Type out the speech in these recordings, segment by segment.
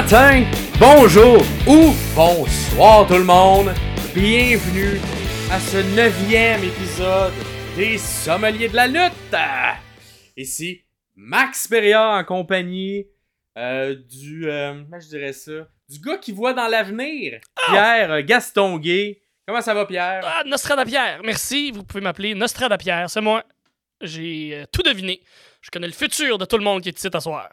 matin, bonjour ou bonsoir tout le monde. Bienvenue à ce 9e épisode des Sommeliers de la lutte. Ici, Max Péria en compagnie je dirais ça, du gars qui voit dans l'avenir, Pierre Gastonguay. Comment ça va, Pierre? Ah, Nostradapierre, merci. Vous pouvez m'appeler Nostradapierre, c'est moi. J'ai tout deviné. Je connais le futur de tout le monde qui est ici à soir.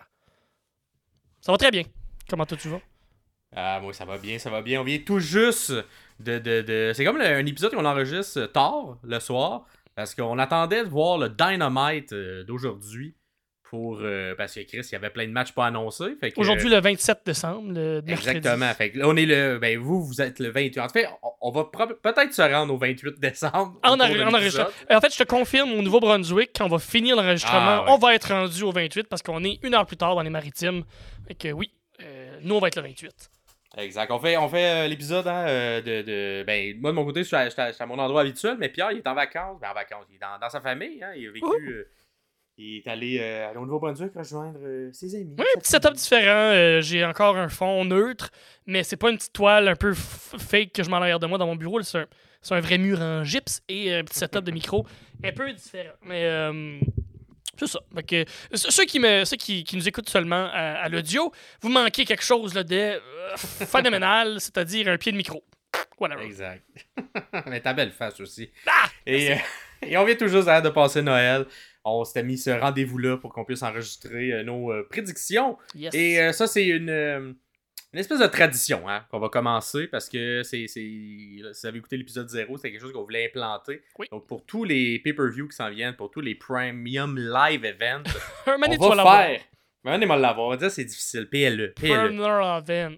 Ça va très bien. Comment toi tu vas? Ah, moi, ça va bien, ça va bien. On vient tout juste de... C'est comme un épisode qu'on enregistre tard, le soir, parce qu'on attendait de voir le Dynamite d'aujourd'hui parce que Chris, il y avait plein de matchs pas annoncés. Fait que, aujourd'hui, le 27 décembre, le mercredi. Exactement. Fait que là, on est vous êtes le 28. En fait, on va peut-être se rendre au 28 décembre. En fait, je te confirme, au Nouveau-Brunswick, quand on va finir l'enregistrement, on va être rendu au 28 parce qu'on est une heure plus tard dans les Maritimes. Fait que oui, nous, on va être le 28. Exact. On fait l'épisode moi, de mon côté, je suis à mon endroit habituel, mais Pierre, il est en vacances. Ben, en vacances. Il est dans sa famille. Hein, il a vécu... il est allé au Nouveau-Brunswick rejoindre ses amis. Oui, petit setup différent. J'ai encore un fond neutre, mais c'est pas une petite toile un peu fake que je m'en arrière de moi dans mon bureau. C'est un vrai mur en gypse et un petit setup de micro un peu différent. Mais c'est ça. Donc, ceux qui nous écoutent seulement à l'audio, vous manquez quelque chose là, de phénoménal, c'est-à-dire un pied de micro. Whatever. Exact. Mais ta belle face aussi. Ah! Et on vient tout juste de passer Noël. On s'était mis ce rendez-vous-là pour qu'on puisse enregistrer nos prédictions. Yes. Et ça, c'est une espèce de tradition qu'on va commencer parce que si vous avez écouté l'épisode 0, c'est quelque chose qu'on voulait implanter. Oui. Donc, pour tous les pay-per-views qui s'en viennent, pour tous les premium live events, un moment on va faire... Un moment, l'avoir. On va dire c'est difficile. PLE. Premium event.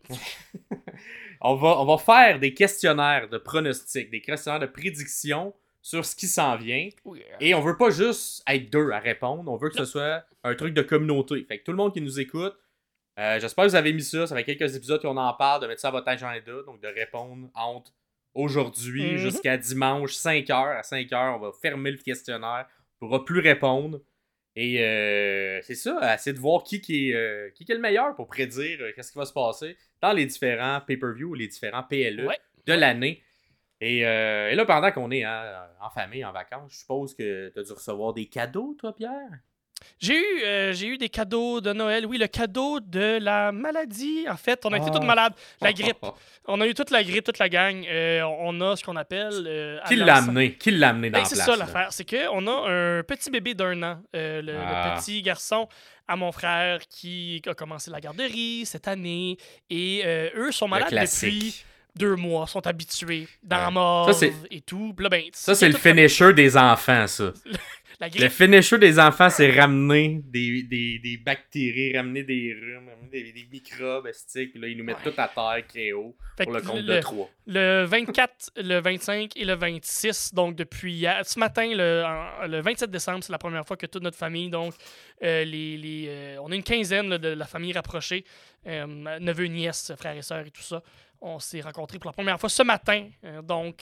on va faire des questionnaires de pronostics, des questionnaires de prédictions sur ce qui s'en vient. Oui. Et on veut pas juste être deux à répondre, on veut que ce soit un truc de communauté. Fait que tout le monde qui nous écoute, j'espère que vous avez mis ça fait quelques épisodes qu'on en parle, de mettre ça à votre agenda, donc de répondre entre aujourd'hui jusqu'à dimanche, 5h. À 5h, on va fermer le questionnaire, on pourra plus répondre. Et c'est ça, essayer de voir qui est le meilleur pour prédire qu'est-ce qui va se passer dans les différents pay-per-view ou les différents PLE de l'année. Et là, pendant qu'on est en famille, en vacances, je suppose que tu as dû recevoir des cadeaux, toi, Pierre? J'ai eu des cadeaux de Noël. Oui, le cadeau de la maladie. En fait, on a été tous malades. La grippe. On a eu toute la grippe, toute la gang. On a ce qu'on appelle... Qui l'a amené dans la place? C'est ça l'affaire. C'est qu'on a un petit bébé d'1 an. Le petit garçon à mon frère qui a commencé la garderie cette année. Et eux sont malades depuis... 2 mois, sont habitués dans la mort et tout. Là, ça, c'est le finisher des enfants, ça. Le finisher des enfants, c'est ramener des bactéries, ramener des rhumes, ramener des microbes, puis là, ils nous mettent tout à terre, KO, pour le compte de 3. Le 24, le 25 et le 26, donc depuis hier, ce matin, le 27 décembre, c'est la première fois que toute notre famille, donc on a une quinzaine de la famille rapprochée, neveux, nièces, frères et sœurs et tout ça. On s'est rencontrés pour la première fois ce matin. Donc,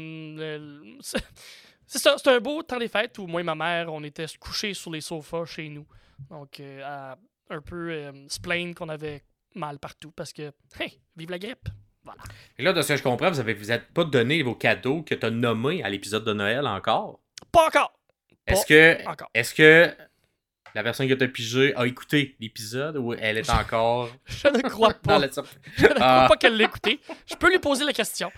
c'est ça. C'est un beau temps des fêtes où moi et ma mère, on était couchés sur les sofas chez nous. Donc, à un peu se plaindre qu'on avait mal partout parce que, hey, vive la grippe. Voilà. Et là, de ce que je comprends, vous n'êtes pas donné vos cadeaux que tu as nommés à l'épisode de Noël encore? Pas encore. Est-ce que la personne que tu as pigée a écouté l'épisode ou elle est encore... Je ne crois pas. Je ne crois pas qu'elle l'ait écouté. Je peux lui poser la question.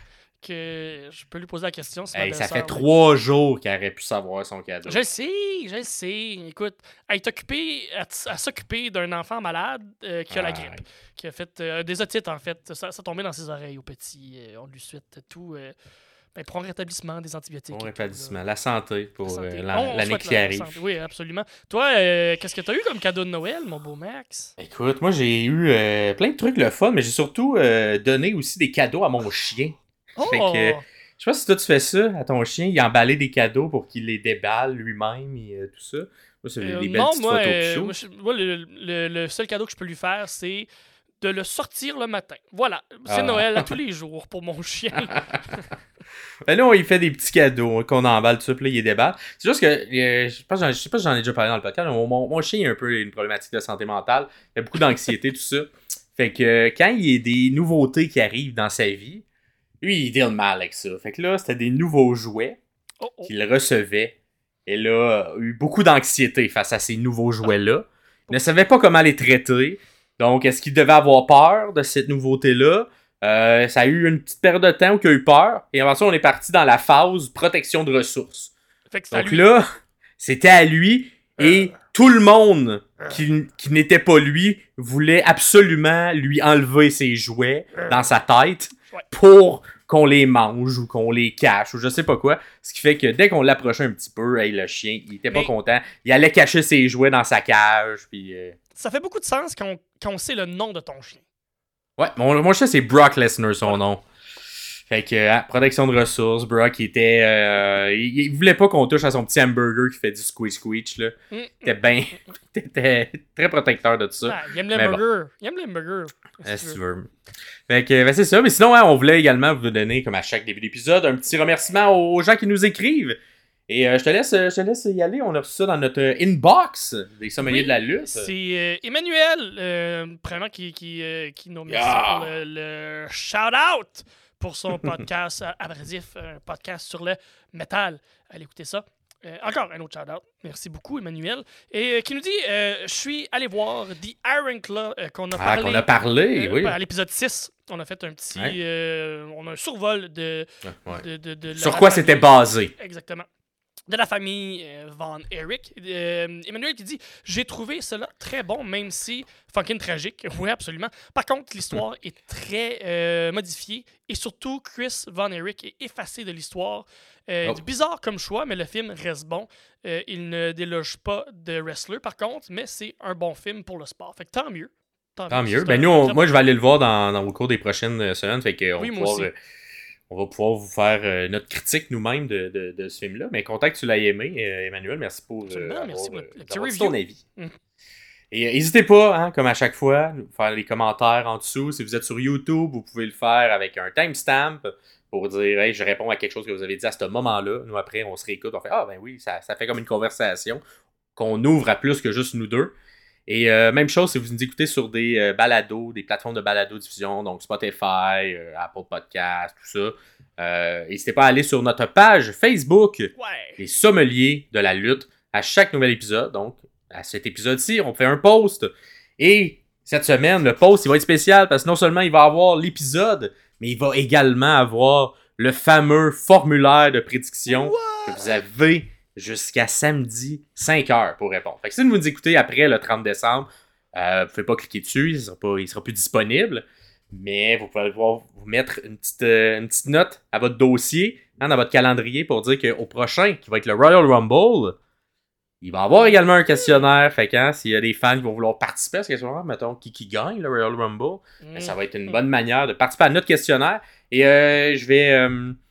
Ça fait 3 jours qu'elle aurait pu savoir son cadeau. Je sais. Écoute, elle est occupée à s'occuper d'un enfant malade qui a la grippe. Qui a fait des otites, en fait. Ça tombait dans ses oreilles au petit. On lui souhaite tout... pour un rétablissement des antibiotiques. Bon rétablissement. La santé pour l'année qui arrive. Oui, absolument. Toi, qu'est-ce que tu as eu comme cadeau de Noël, mon beau Max? Écoute, moi, j'ai eu plein de trucs le fun, mais j'ai surtout donné aussi des cadeaux à mon chien. Fait que, je sais pas si toi, tu fais ça à ton chien. Il a emballé des cadeaux pour qu'il les déballe lui-même et tout ça. Moi, c'est des belles petites photos. Moi, le seul cadeau que je peux lui faire, c'est de le sortir le matin. Voilà, c'est Noël à tous les jours pour mon chien. Ben là, il fait des petits cadeaux qu'on emballe tout ça, puis là, il les déballe. C'est juste que, je sais pas si j'en ai déjà parlé dans le podcast, mon chien a un peu une problématique de santé mentale, il a beaucoup d'anxiété, tout ça. Fait que quand il y a des nouveautés qui arrivent dans sa vie, lui, il deal mal avec ça. Fait que là, c'était des nouveaux jouets qu'il recevait. Et là, il a eu beaucoup d'anxiété face à ces nouveaux jouets-là. Il ne savait pas comment les traiter. Donc, est-ce qu'il devait avoir peur de cette nouveauté-là? Ça a eu une petite période de temps où il a eu peur. Et avant ça, on est parti dans la phase protection de ressources. Donc là, c'était à lui. Et tout le monde qui n'était pas lui voulait absolument lui enlever ses jouets dans sa tête pour qu'on les mange ou qu'on les cache ou je sais pas quoi. Ce qui fait que dès qu'on l'approchait un petit peu, le chien, il était pas content. Il allait cacher ses jouets dans sa cage. Puis, ça fait beaucoup de sens quand on sait le nom de ton chien. Ouais, mon chien, c'est Brock Lesnar, son nom. Fait que, protection de ressources, Brock, il était... il voulait pas qu'on touche à son petit hamburger qui fait du squeak-squeak, là. T'étais très protecteur de tout ça. Ah, il aime l'hamburger. Il aime l'hamburger. Si tu veux. Fait que, c'est ça. Mais sinon, on voulait également vous donner, comme à chaque début d'épisode, un petit remerciement aux gens qui nous écrivent. Et je te laisse y aller. On a reçu ça dans notre inbox des sommeliers de la lutte. C'est Emmanuel, premièrement, qui nous remercie pour le shout-out pour son podcast abrasif, un podcast sur le métal. Allez écouter ça. Encore un autre shout-out. Merci beaucoup, Emmanuel. Et qui nous dit je suis allé voir The Iron Claw qu'on a parlé. Oui. À l'épisode 6. On a fait un petit. On a un survol de sur quoi c'était basé. Exactement. De la famille Von Erich. Emmanuel qui dit « J'ai trouvé cela très bon, même si fucking tragique. » Oui, absolument. Par contre, l'histoire est très modifiée et surtout, Chris Von Erich est effacé de l'histoire. Bizarre comme choix, mais le film reste bon. Il ne déloge pas de wrestler, par contre, mais c'est un bon film pour le sport. Fait que tant mieux. Tant mieux. Ben moi, je vais aller le voir au cours des prochaines semaines. Fait que on va pouvoir vous faire notre critique nous-mêmes de ce film-là. Mais content que tu l'aies aimé, Emmanuel. Merci pour ton avis. Et n'hésitez pas, comme à chaque fois, faire les commentaires en dessous. Si vous êtes sur YouTube, vous pouvez le faire avec un timestamp pour dire hey, je réponds à quelque chose que vous avez dit à ce moment-là. Nous, après, on se réécoute. On fait ah, ben oui, ça fait comme une conversation qu'on ouvre à plus que juste nous deux. Et même chose si vous nous écoutez sur des balados, des plateformes de balado-diffusion, donc Spotify, Apple Podcasts, tout ça. N'hésitez pas à aller sur notre page Facebook, les sommeliers de la lutte, à chaque nouvel épisode. Donc, à cet épisode-ci, on fait un post. Et cette semaine, le post, il va être spécial parce que non seulement il va avoir l'épisode, mais il va également avoir le fameux formulaire de prédiction que vous avez jusqu'à samedi 5h pour répondre. Fait que si vous nous écoutez après le 30 décembre, vous ne pouvez pas cliquer dessus, il sera plus disponible, mais vous pouvez pouvoir vous mettre une petite note à votre dossier, dans votre calendrier pour dire qu'au prochain, qui va être le Royal Rumble, il va y avoir également un questionnaire. Fait que s'il y a des fans qui vont vouloir participer à ce questionnaire, mettons qui gagne le Royal Rumble, ça va être une bonne manière de participer à notre questionnaire. Et je vais...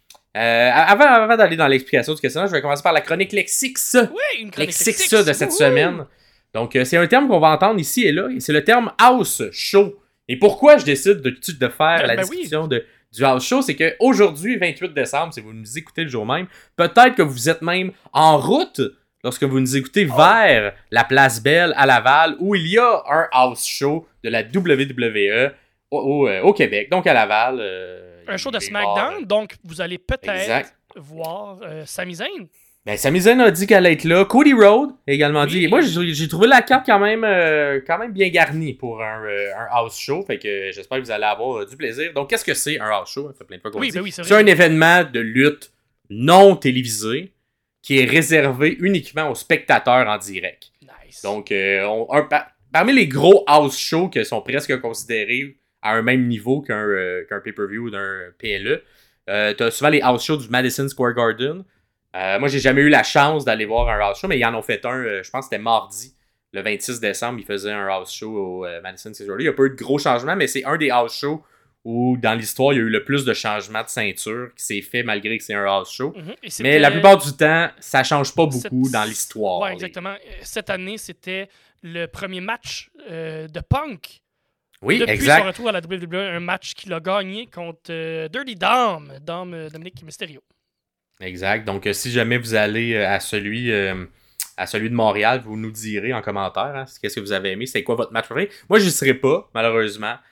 avant d'aller dans l'explication du questionnaire, je vais commencer par la chronique lexique. Oui, une chronique lexique de cette semaine. Donc, c'est un terme qu'on va entendre ici et là, et c'est le terme house show. Et pourquoi je décide de faire la description du house show, c'est qu'aujourd'hui, 28 décembre, si vous nous écoutez le jour même, peut-être que vous êtes même en route lorsque vous nous écoutez vers la Place Belle à Laval, où il y a un house show de la WWE au Québec, donc à Laval. Un show de SmackDown, donc vous allez peut-être voir Sami Zayn. Ben, Sami Zayn a dit qu'elle allait être là. Cody Rhodes a également dit. Moi, j'ai trouvé la carte quand même bien garnie pour un house show. Fait que j'espère que vous allez avoir du plaisir. Donc, qu'est-ce que c'est un house show? Ça fait plein de fois qu'on dit. C'est un événement de lutte non télévisé qui est réservé uniquement aux spectateurs en direct. Nice. Donc, parmi les gros house shows qui sont presque considérés à un même niveau qu'un pay-per-view ou d'un PLE, t'as souvent les house shows du Madison Square Garden. Moi, j'ai jamais eu la chance d'aller voir un house show, mais ils en ont fait un, je pense que c'était mardi, le 26 décembre, ils faisaient un house show au Madison Square Garden. Il y a pas eu de gros changements, mais c'est un des house shows où, dans l'histoire, il y a eu le plus de changements de ceinture qui s'est fait malgré que c'est un house show. Mais la plupart du temps, ça change pas beaucoup dans l'histoire. Oui, exactement. Cette année, c'était le premier match de Punk. Oui, depuis exact. son retour à la WWE, un match qu'il a gagné contre Dirty Dom, Dominique Mysterio. Exact. Donc, si jamais vous allez à celui de Montréal, vous nous direz en commentaire qu'est-ce que vous avez aimé, c'est quoi votre match préféré. Moi, je n'y serai pas, malheureusement.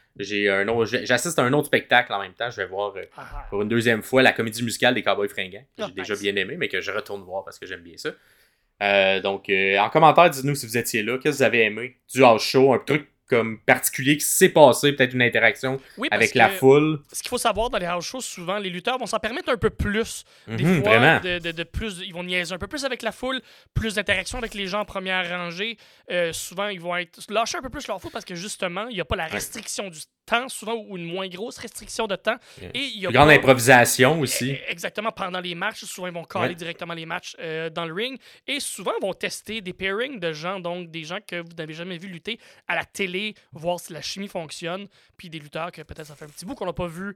J'assiste à un autre spectacle en même temps. Je vais voir pour une deuxième fois la comédie musicale des Cowboys Fringants, que j'ai déjà bien aimé, mais que je retourne voir parce que j'aime bien ça. Donc, en commentaire, dites-nous si vous étiez là. Qu'est-ce que vous avez aimé du house show? Un truc comme particulier qui s'est passé, peut-être une interaction avec la foule. Ce qu'il faut savoir dans les house shows, souvent, les lutteurs vont s'en permettre un peu plus. Des fois, vraiment. de plus, ils vont niaiser un peu plus avec la foule, plus d'interaction avec les gens en première rangée. Souvent, ils vont lâcher un peu plus leur foule parce que justement, il n'y a pas la restriction du temps, souvent, ou une moins grosse restriction de temps. Et il y a grande improvisation aussi. Exactement, pendant les matchs, souvent, ils vont caler directement les matchs dans le ring. Et souvent, ils vont tester des pairings de gens, donc des gens que vous n'avez jamais vu lutter à la télé, voir si la chimie fonctionne, puis des lutteurs que peut-être ça fait un petit bout qu'on n'a pas vu.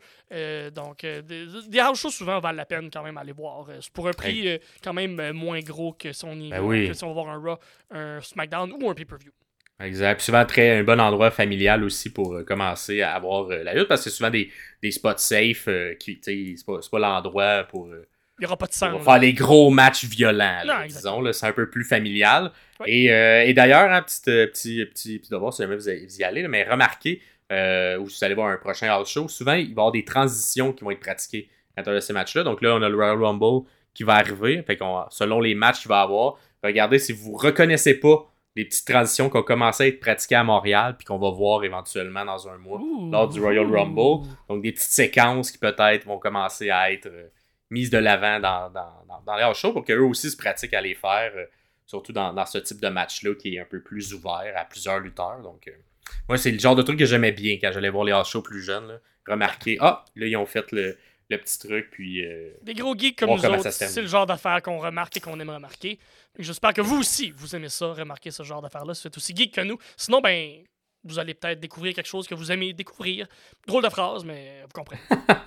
Des house shows souvent valent la peine quand même aller voir. C'est pour un prix quand même moins gros que si on va voir un Raw, un SmackDown ou un pay-per-view. Exact. Puis souvent un bon endroit familial aussi pour commencer à avoir la lutte, parce que c'est souvent des spots safe qui, c'est pas l'endroit pour... il n'y aura pas de sang. On va faire les gros matchs violents, là, disons. Là, c'est un peu plus familial. Oui. Et d'ailleurs, petit devoir, si jamais vous y allez, là, mais remarquez, ou si vous allez voir un prochain house show, souvent, il va y avoir des transitions qui vont être pratiquées à l'intérieur de ces matchs-là. Donc là, on a le Royal Rumble qui va arriver. Fait selon les matchs qu'il va y avoir, regardez si vous ne reconnaissez pas les petites transitions qui ont commencé à être pratiquées à Montréal puis qu'on va voir éventuellement dans un mois lors du Royal Rumble. Donc des petites séquences qui peut-être vont commencer à être... mise de l'avant dans les house shows pour qu'eux aussi se pratiquent à les faire, surtout dans ce type de match-là qui est un peu plus ouvert à plusieurs lutteurs. Donc, moi, c'est le genre de truc que j'aimais bien quand j'allais voir les house shows plus jeunes. Là. Remarquer, là, ils ont fait le petit truc, puis... des gros geeks comme nous autres, c'est le genre d'affaires qu'on remarque et qu'on aime remarquer. J'espère que vous aussi, vous aimez ça, remarquer ce genre d'affaires-là, si vous êtes aussi geek que nous. Sinon, vous allez peut-être découvrir quelque chose que vous aimez découvrir. Drôle de phrase, mais vous comprenez.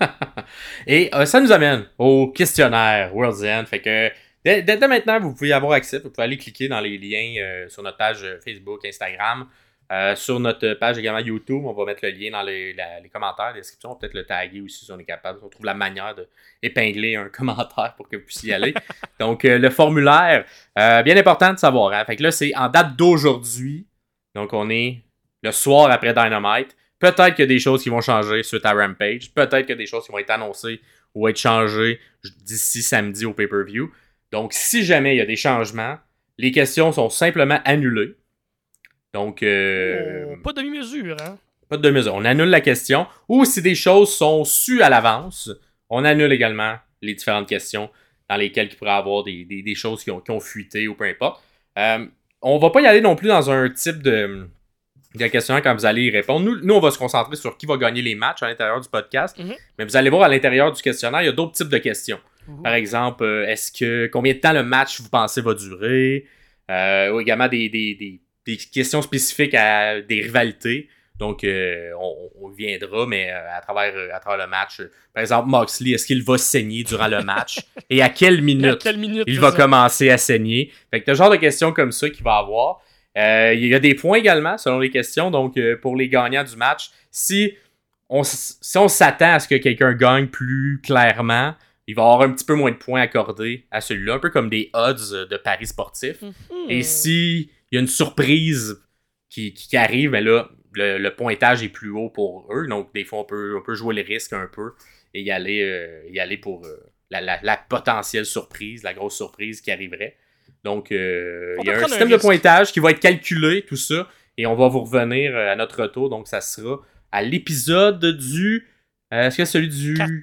Et ça nous amène au questionnaire World's End. Fait que dès maintenant, vous pouvez y avoir accès. Vous pouvez aller cliquer dans les liens sur notre page Facebook, Instagram. Sur notre page également YouTube, on va mettre le lien dans les commentaires, les descriptions. On va peut-être le taguer aussi si on est capable. On trouve la manière d'épingler un commentaire pour que vous puissiez y aller. Donc, le formulaire, bien important de savoir. Hein? Fait que là, c'est en date d'aujourd'hui. Donc, on est le soir après Dynamite. Peut-être qu'il y a des choses qui vont changer suite à Rampage. Peut-être qu'il y a des choses qui vont être annoncées ou être changées d'ici samedi au pay-per-view. Donc, si jamais il y a des changements, les questions sont simplement annulées. Donc, pas de demi-mesure, hein? Pas de demi-mesure. On annule la question. Ou si des choses sont sues à l'avance, on annule également les différentes questions dans lesquelles il pourrait y avoir des choses qui ont fuité ou peu importe. On va pas y aller non plus dans un type de questionnaire quand vous allez y répondre. Nous, on va se concentrer sur qui va gagner les matchs à l'intérieur du podcast. Mm-hmm. Mais vous allez voir à l'intérieur du questionnaire, il y a d'autres types de questions. Mm-hmm. Par exemple, combien de temps le match vous pensez va durer? Ou également des questions spécifiques à des rivalités. Donc, on viendra, mais à travers le match. Par exemple, Moxley, est-ce qu'il va saigner durant le match? Et à quelle minute il va commencer à saigner? Fait que t'as le genre de questions comme ça qu'il va avoir. Il y a des points également, selon les questions. Donc, pour les gagnants du match, si on s'attend à ce que quelqu'un gagne plus clairement, il va avoir un petit peu moins de points accordés à celui-là. Un peu comme des odds de paris sportifs. Mm-hmm. Et si il y a une surprise qui arrive, mais là, le pointage est plus haut pour eux. Donc, des fois, on peut jouer le risque un peu et y aller pour la potentielle surprise, la grosse surprise qui arriverait. Donc, il y a un système de pointage qui va être calculé, tout ça, et on va vous revenir à notre retour. Donc, ça sera à l'épisode du... est-ce que c'est celui du... 4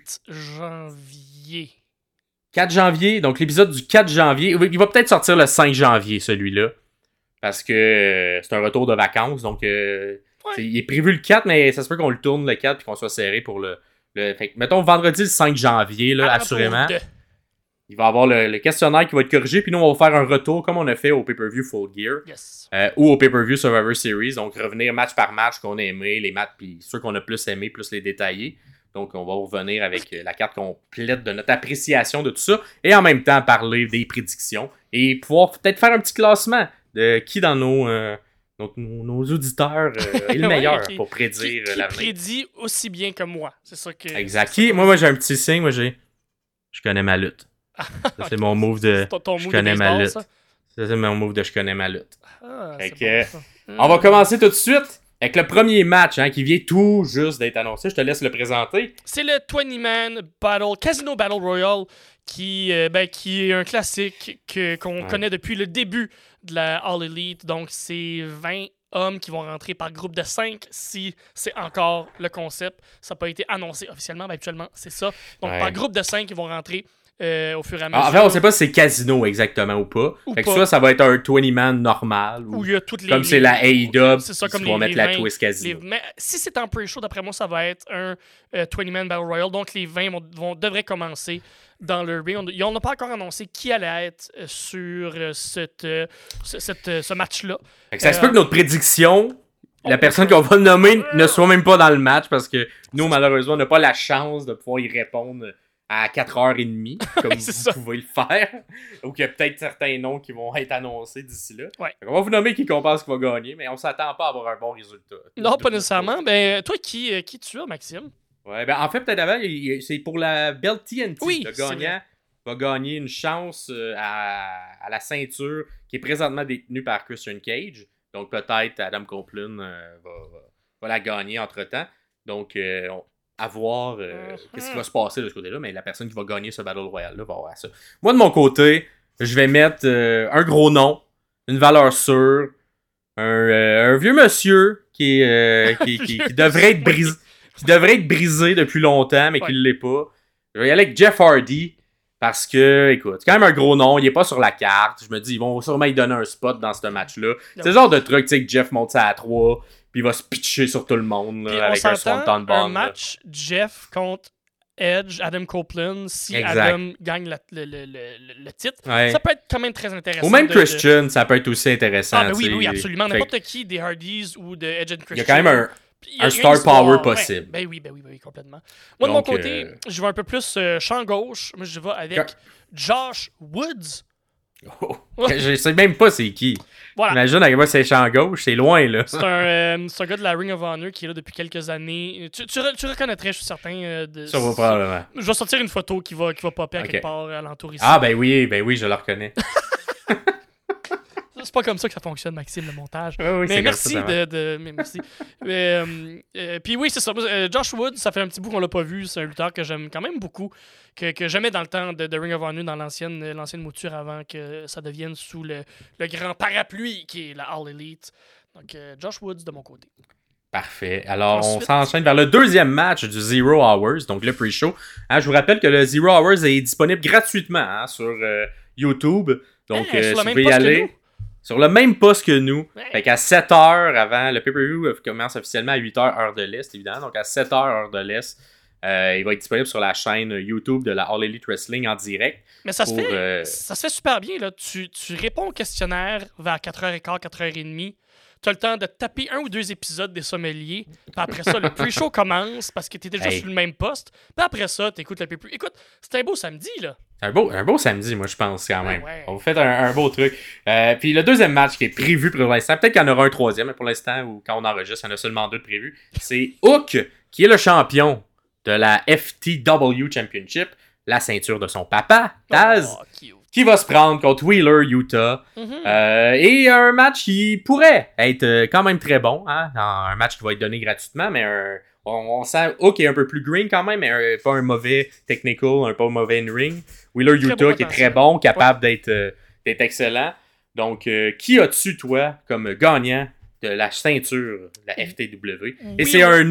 janvier. 4 janvier, donc l'épisode du 4 janvier. Il va peut-être sortir le 5 janvier, celui-là, parce que c'est un retour de vacances, donc il est prévu le 4, mais ça se peut qu'on le tourne le 4 et qu'on soit serré pour le... Fait que, mettons, vendredi le 5 janvier, là, assurément. Il va y avoir le questionnaire qui va être corrigé, puis nous, on va faire un retour comme on a fait au pay-per-view Full Gear, ou au pay-per-view Survivor Series, donc revenir match par match qu'on a aimé, les matchs, puis ceux qu'on a plus aimé, plus les détaillés. Donc, on va revenir avec la carte complète de notre appréciation de tout ça, et en même temps parler des prédictions, et pouvoir peut-être faire un petit classement de qui dans nos auditeurs est le meilleur pour prédire l'avenir. Qui prédit aussi bien que moi, c'est ça que... Exact. Moi, j'ai un petit signe, je connais ma lutte. Ça, c'est mon move de je connais ma lutte. Ça, c'est mon move de je connais ma lutte. On va commencer tout de suite Avec le premier match qui vient tout juste d'être annoncé, je te laisse le présenter. C'est le 20-man Battle, Casino Battle Royale, qui est un classique qu'on connaît depuis le début de la All Elite. Donc, c'est 20 hommes qui vont rentrer par groupe de 5 si c'est encore le concept. Ça n'a pas été annoncé officiellement, mais actuellement, c'est ça. Donc, par groupe de 5, ils vont rentrer au fur et à mesure. En fait, on sait pas si c'est casino exactement ou pas. Fait que soit ça va être un 20-man normal, ou il y a toutes les, comme c'est la AEW, ils vont mettre la twist casino. Mais si c'est en pre-show, d'après moi, ça va être un 20-man Battle Royale. Donc, les 20 devraient commencer dans le ring. Ils n'ont pas encore annoncé qui allait être sur ce match-là. Ça se peut que notre prédiction, la personne qu'on va nommer ne soit même pas dans le match, parce que nous, malheureusement, on n'a pas la chance de pouvoir y répondre à 4h30, comme vous pouvez le faire. Ou qu'il y a peut-être certains noms qui vont être annoncés d'ici là. Ouais. On va vous nommer qui qu'on pense qu'il va gagner, mais on s'attend pas à avoir un bon résultat. Non, pas nécessairement. Ben, toi, qui tu as, Maxime? Ouais, ben en fait, peut-être avant, c'est pour la Belt TNT. Oui, le gagnant va gagner une chance à la ceinture qui est présentement détenue par Christian Cage. Donc peut-être Adam Copeland va la gagner entre-temps. Donc à voir qu'est-ce qui va se passer de ce côté-là. Mais la personne qui va gagner ce Battle Royale-là va avoir ça. Moi, de mon côté, je vais mettre un gros nom, une valeur sûre, un vieux monsieur qui devrait être brisé. Qui devrait être brisé depuis longtemps, mais qui ne l'est pas. Je vais y aller avec Jeff Hardy, parce que, écoute, c'est quand même un gros nom, il est pas sur la carte. Je me dis, ils vont sûrement lui donner un spot dans ce match-là. C'est le genre de truc, tu sais, que Jeff monte ça à 3, puis il va se pitcher sur tout le monde, là, avec un swanton bomb. Un match, Jeff contre Edge, Adam Copeland, si exact. Adam gagne le titre, ça peut être quand même très intéressant. Ou même Christian, ça peut être aussi intéressant. Ah, ben oui, absolument. N'importe qui des Hardys ou de Edge and Christian. Il y a quand même un star power possible. Ben oui, complètement. Moi, de mon côté, je vais un peu plus champ gauche. Moi, je vais avec Josh Woods. Oh. Je sais même pas c'est qui. Voilà. Imagine, avec moi, c'est champ gauche, c'est loin, là. C'est un gars de la Ring of Honor qui est là depuis quelques années. Tu reconnaîtrais, je suis certain. Ça va probablement. Je vais sortir une photo qui va popper à quelque part à l'entour ici. Ah, ben oui, je le reconnais. C'est pas comme ça que ça fonctionne, Maxime, le montage. Oui, mais merci merci. Puis oui, c'est ça. Josh Woods, ça fait un petit bout qu'on l'a pas vu. C'est un lutteur que j'aime quand même beaucoup, que j'aimais dans le temps de Ring of Honor, dans l'ancienne mouture avant que ça devienne sous le grand parapluie qui est la All Elite. Donc, Josh Woods de mon côté. Parfait. Alors, on s'enchaîne vers le deuxième match du Zero Hours, donc le pre-show. Je vous rappelle que le Zero Hours est disponible gratuitement sur YouTube. Donc, si vous pouvez y aller. Sur le même poste que nous. Ouais. Fait qu'à 7h avant, le pay-per-view commence officiellement à 8h heure de l'Est, évidemment. Donc à 7h heure de l'Est, il va être disponible sur la chaîne YouTube de la All Elite Wrestling en direct. Mais ça se fait super bien, là. Tu réponds au questionnaire vers 4h15, 4h30. Tu as le temps de taper 1 ou 2 épisodes des sommeliers. Puis après ça, le pre-show commence parce que tu es déjà sur le même poste. Puis après ça, tu écoutes le pay-per-view. Écoute, c'est un beau samedi, là. Un beau samedi, moi, je pense, quand même. Ouais. On vous fait un beau truc. Puis le deuxième match qui est prévu pour l'instant, peut-être qu'il y en aura un troisième, mais pour l'instant, ou quand on enregistre, il y en a seulement 2 de prévus. C'est Hook, qui est le champion de la FTW Championship, la ceinture de son papa, Taz, qui va se prendre contre Wheeler Yuta. Et un match qui pourrait être quand même très bon. Un match qui va être donné gratuitement, mais on sent Hook est un peu plus green quand même, mais pas un mauvais technical, pas un mauvais in-ring. Wheeler Yuta qui est très bon, capable d'être excellent. Donc, qui as-tu, toi, comme gagnant de la ceinture de la FTW? Et c'est un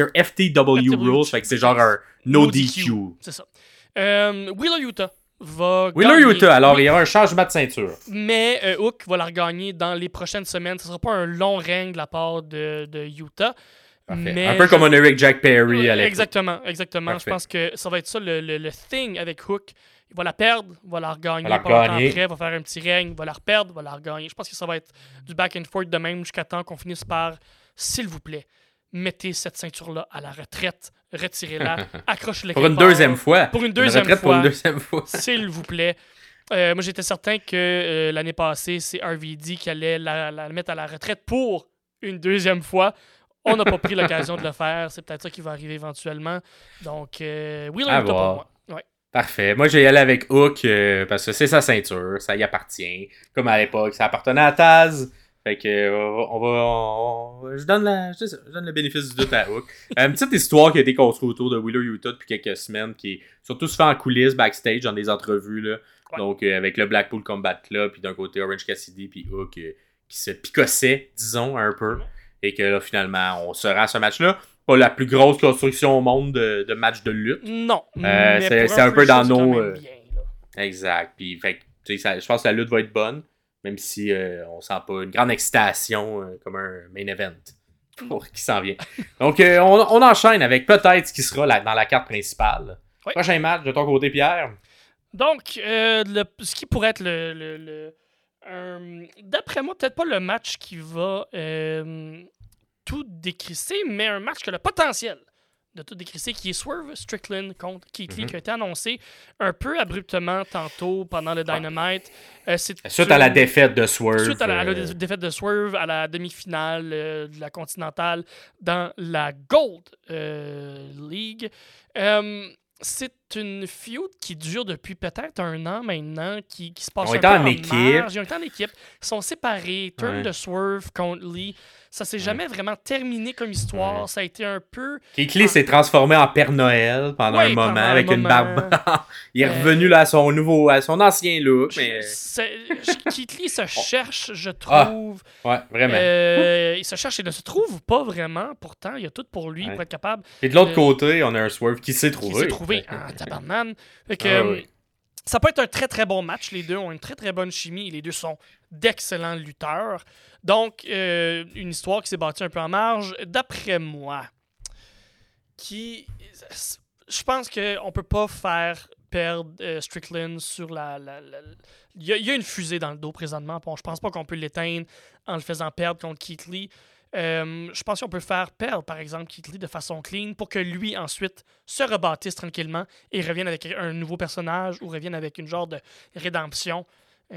FTW rules, fait que c'est genre un no DQ. C'est ça. Wheeler Yuta va Wheeler Yuta, alors il y aura un changement de ceinture. Mais Hook va la regagner dans les prochaines semaines. Ce ne sera pas un long règne de la part de Yuta. Mais un peu comme un Eric Jack Perry à l'époque. Exactement. Parfait. Je pense que ça va être ça le thing avec Hook. Il va la perdre, va la regagner. Après, va faire un petit règne, va la reperdre, va la regagner. Je pense que ça va être du back and forth de même jusqu'à temps qu'on finisse par, s'il vous plaît, mettez cette ceinture-là à la retraite, retirez-la, accrochez-la pour une deuxième fois. Pour une deuxième fois. S'il vous plaît. Moi, j'étais certain que l'année passée, c'est RVD qui allait la mettre à la retraite pour une deuxième fois. On n'a pas pris l'occasion de le faire. C'est peut-être ça qui va arriver éventuellement. Donc, Wheeler Yuta pour moi. Ouais. Parfait. Moi, je vais y aller avec Hook parce que c'est sa ceinture. Ça y appartient. Comme à l'époque, ça appartenait à Taz. Fait que je donne le bénéfice du doute à Hook. Une petite histoire qui a été construite autour de Wheeler Yuta depuis quelques semaines, qui est surtout se fait en coulisses, backstage, dans des entrevues, là. Ouais. Donc avec le Blackpool Combat Club, puis d'un côté Orange Cassidy, puis Hook, qui se picossait, disons, un peu. Et que là, finalement, on se rend à ce match-là. Pas la plus grosse construction au monde de match de lutte. Non. C'est un peu dans nos... Bien, là. Exact. Puis, fait, je pense que la lutte va être bonne. Même si on sent pas une grande excitation comme un main event qui s'en vient. Donc, on enchaîne avec peut-être ce qui sera dans la carte principale. Oui. Prochain match de ton côté, Pierre. Donc, ce qui pourrait être d'après moi, peut-être pas le match qui va tout décrisser, mais un match qui a le potentiel de tout décrisser, qui est Swerve Strickland contre Keith Lee, qui a été annoncé un peu abruptement tantôt pendant le Dynamite. Suite à la défaite de Swerve. Suite à la défaite de Swerve à la demi-finale de la Continentale dans la Gold League. C'est une feud qui dure depuis peut-être 1 an maintenant, qui se passe un peu en équipe. Ils ont été en équipe. Ils sont séparés. Turn de Swerve contre Lee. Ça s'est jamais vraiment terminé comme histoire. Ouais. Ça a été un peu... Keith Lee s'est transformé en Père Noël pendant un moment avec une barbe. Il est revenu là à son ancien look. Mais... Keith Lee se cherche, je trouve. Ouais, vraiment. Il se cherche et ne se trouve pas vraiment. Pourtant, il y a tout pour lui pour être capable. Et de l'autre côté, on a un Swerve qui s'est trouvé. Qui s'est trouvé en tabarnane. Fait que, ça peut être un très très bon match. Les deux ont une très très bonne chimie et les deux sont d'excellents lutteurs. Donc, une histoire qui s'est bâtie un peu en marge. D'après moi, je pense qu'on peut pas faire perdre Strickland sur il y a une fusée dans le dos présentement. Bon, je pense pas qu'on peut l'éteindre en le faisant perdre contre Keith Lee. Je pense qu'on peut faire perdre, par exemple, Keith Lee de façon clean pour que lui, ensuite, se rebâtisse tranquillement et revienne avec un nouveau personnage ou revienne avec une genre de rédemption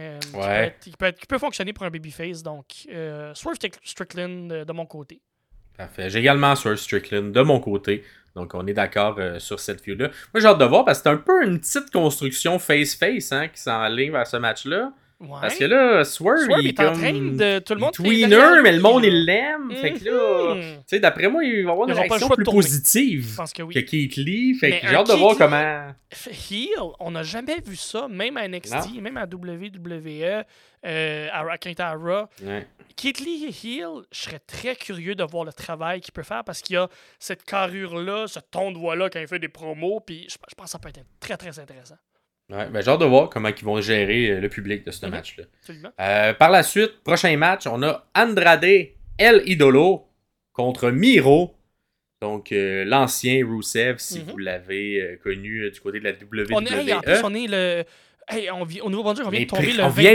qui peut fonctionner pour un babyface. Donc, Swerve Strickland de mon côté. Parfait. J'ai également Swerve Strickland de mon côté. Donc, on est d'accord sur cette view-là. Moi, j'ai hâte de voir parce que c'est un peu une petite construction face-face qui s'enligne vers ce match-là. Ouais. Parce que là, Swerve il est en train de... Tout le monde tweener, mais le monde, il l'aime. Fait que là, tu sais, d'après moi, il va y avoir une réaction plus positive que Keith Lee. Fait que j'ai hâte de voir comment... Heel, on n'a jamais vu ça, même à NXT, même à WWE, quand il était à Raw. Ouais. Keith Lee Heel, je serais très curieux de voir le travail qu'il peut faire parce qu'il y a cette carrure-là, ce ton de voix-là quand il fait des promos, puis je pense que ça peut être très, très intéressant. Ouais, ben j'ai hâte de voir comment ils vont gérer le public de ce match-là. Par la suite, prochain match, on a Andrade El Idolo contre Miro. Donc, l'ancien Rusev, si vous l'avez connu du côté de la WWE. En plus, on est le... au Nouveau-Brunswick, on vient de tomber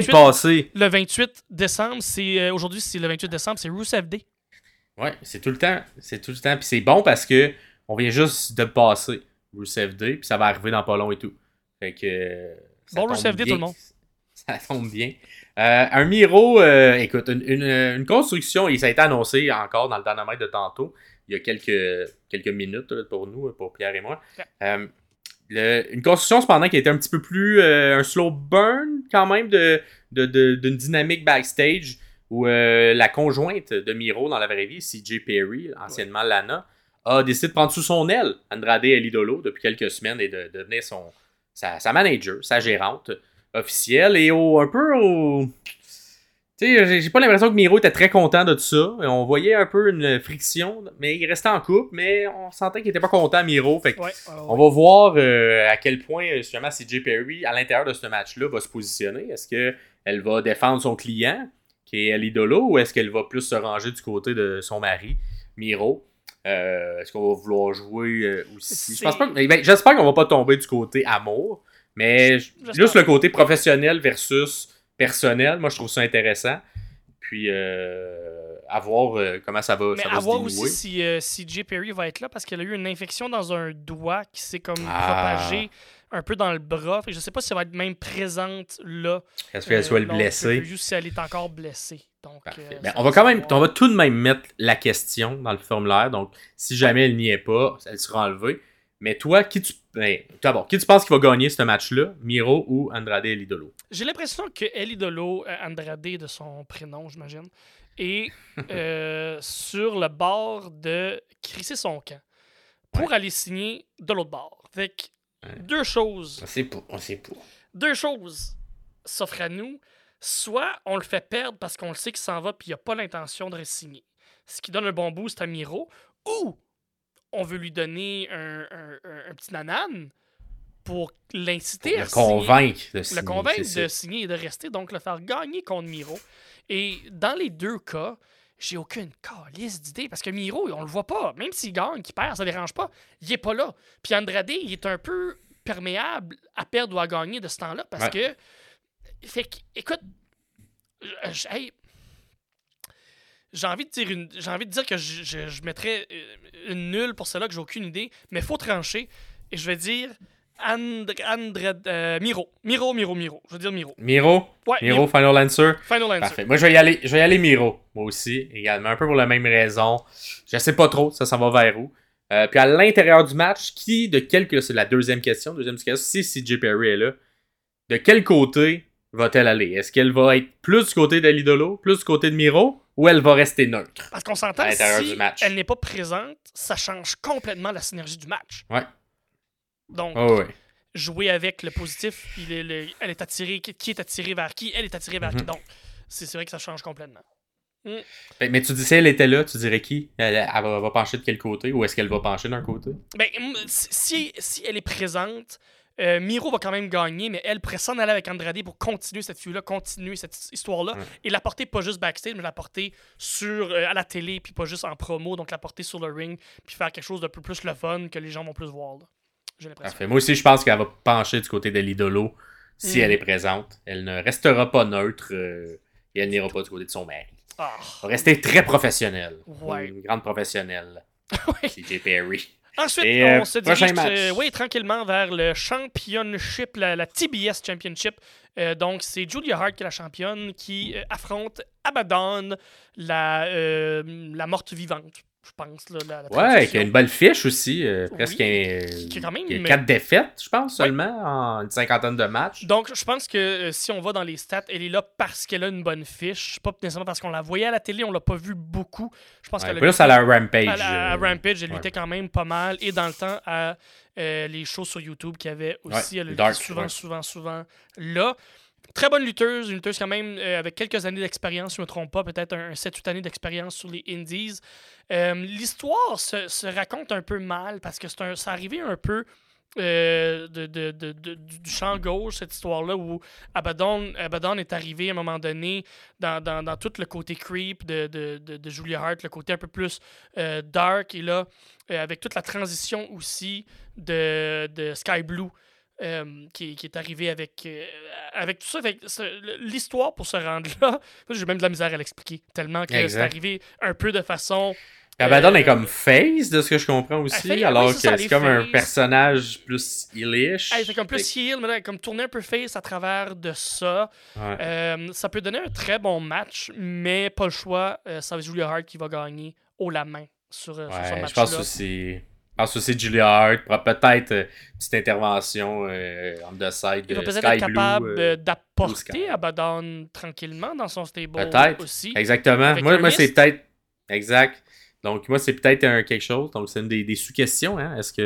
le 28 décembre. Aujourd'hui, c'est le 28 décembre, c'est Rusev Day. Ouais, c'est tout le temps. Puis c'est bon parce que on vient juste de passer Rusev Day, puis ça va arriver dans pas long et tout. Fait que... Bon Rusev Day, tout le monde. Ça tombe bien. Un Miro, écoute, une construction, et ça a été annoncé encore dans le Dynamite de tantôt, il y a quelques minutes là, pour nous, pour Pierre et moi. Okay. Une construction, cependant, qui a été un petit peu plus un slow burn, quand même, d'une dynamique backstage, où la conjointe de Miro dans la vraie vie, CJ Perry, anciennement Lana, a décidé de prendre sous son aile Andrade El Idolo depuis quelques semaines et de devenir sa manager, sa gérante officielle. Et tu sais, j'ai pas l'impression que Miro était très content de tout ça. On voyait un peu une friction, mais il restait en couple, mais on sentait qu'il était pas content, Miro. Fait on va voir à quel point, justement, CJ Perry, à l'intérieur de ce match-là, va se positionner. Est-ce qu'elle va défendre son client, qui est El Idolo, ou est-ce qu'elle va plus se ranger du côté de son mari, Miro? Est-ce qu'on va vouloir jouer aussi? J'espère qu'on va pas tomber du côté amour, mais juste le côté professionnel versus personnel, moi je trouve ça intéressant. Puis à voir comment ça va, ça va se dénouer. Mais à voir aussi si CJ Perry va être là parce qu'elle a eu une infection dans un doigt qui s'est comme propagée un peu dans le bras. Je sais pas si elle va être même présente là. Est-ce qu'elle soit blessée? Juste si elle est encore blessée. Donc, on va tout de même mettre la question dans le formulaire. Donc, si jamais elle n'y est pas, elle sera enlevée. Mais toi, qui tu penses qu'il va gagner ce match-là, Miro ou Andrade El Idolo? J'ai l'impression que El Idolo, Andrade de son prénom, j'imagine, et sur le bord de crisser son camp pour aller signer de l'autre bord. Fait que deux choses. On sait pas. Deux choses s'offrent à nous. Soit on le fait perdre parce qu'on le sait qu'il s'en va puis il n'a pas l'intention de re-signer. Ce qui donne un bon boost à Miro. Ou on veut lui donner un petit nanan pour l'inciter à signer. Le convaincre de signer et de rester. Donc le faire gagner contre Miro. Et dans les deux cas, j'ai aucune calice d'idée parce que Miro, on le voit pas. Même s'il gagne, qu'il perd, ça dérange pas. Il est pas là. Puis Andrade, il est un peu perméable à perdre ou à gagner de ce temps-là parce que... Fait que, écoute, hey, j'ai envie de dire que je mettrais une nulle pour celle-là, que j'ai aucune idée, mais faut trancher. Et je vais dire Miro. Miro. Je vais dire Miro. Miro? Ouais, Miro, final answer? Final answer. Parfait. Moi, je vais y aller Miro, moi aussi, également. Un peu pour la même raison. Je sais pas trop, ça va vers où. Puis à l'intérieur du match, c'est la deuxième question, si CJ Perry est là, de quel côté va-t-elle aller? Est-ce qu'elle va être plus du côté de l'idolo, plus du côté de Miro, ou elle va rester neutre? Parce qu'on s'entend, si elle n'est pas présente, ça change complètement la synergie du match. Ouais. Donc, jouer avec le positif, elle est attirée, qui est attiré vers qui? Elle est attirée vers qui? Donc, c'est vrai que ça change complètement. Mais tu dis, si elle était là, tu dirais qui? Elle va pencher de quel côté? Ou est-ce qu'elle va pencher d'un côté? Ben, si elle est présente... Miro va quand même gagner, mais elle pourrait s'en aller avec Andrade pour continuer cette fille-là, continuer cette histoire-là, et la porter pas juste backstage, mais la porter à la télé, puis pas juste en promo, donc la porter sur le ring, puis faire quelque chose de plus le fun que les gens vont plus voir. Là. J'ai l'impression. Parfait. Moi aussi, je pense qu'elle va pencher du côté de l'idolo si elle est présente. Elle ne restera pas neutre et elle n'ira pas du côté de son mari. Elle va rester très professionnelle. Ouais. Une grande professionnelle. CJ Perry. Ensuite, on se dirige tranquillement vers le championship, la TBS Championship. Donc, c'est Julia Hart qui est la championne qui affronte Abaddon, la morte vivante, je pense. Là, qui a une belle fiche aussi. Presque qui a quand même 4 défaites, je pense, seulement, en une cinquantaine de matchs. Donc, je pense que si on va dans les stats, elle est là parce qu'elle a une bonne fiche. Pas nécessairement parce qu'on la voyait à la télé, on l'a pas vu beaucoup. Je pense qu'elle plus à la Rampage. À Rampage, elle luttait quand même pas mal. Et dans le temps, à les shows sur YouTube qu'il y avait aussi, elle luttait souvent là. Très bonne lutteuse, une lutteuse quand même avec quelques années d'expérience, si je ne me trompe pas, peut-être un 7-8 années d'expérience sur les Indies. L'histoire se raconte un peu mal parce que c'est arrivé un peu du champ gauche, cette histoire-là, où Abaddon est arrivé à un moment donné dans tout le côté creep de Julia Hart, le côté un peu plus dark, et là, avec toute la transition aussi de Sky Blue. Qui est arrivé avec tout ça. L'histoire pour se rendre là, j'ai même de la misère à l'expliquer, tellement que c'est arrivé un peu de façon... Abaddon est comme face, de ce que je comprends aussi, alors que c'est comme un personnage plus heelish. C'est comme plus heel, mais là, comme tourner un peu face à travers de ça. Ça peut donner un très bon match, mais pas le choix. Ça va être Julia Hart qui va gagner haut la main sur ce match-là. Je pense aussi... Je pense aussi Julia Hart pourra peut-être une petite intervention on the side de Sky Blue. Il va peut-être être capable d'apporter Abaddon tranquillement dans son stable peut-être. Aussi. Exactement. Moi c'est peut-être... Exact. Donc, moi, c'est peut-être quelque chose. Donc, c'est une des sous-questions. Hein? Est-ce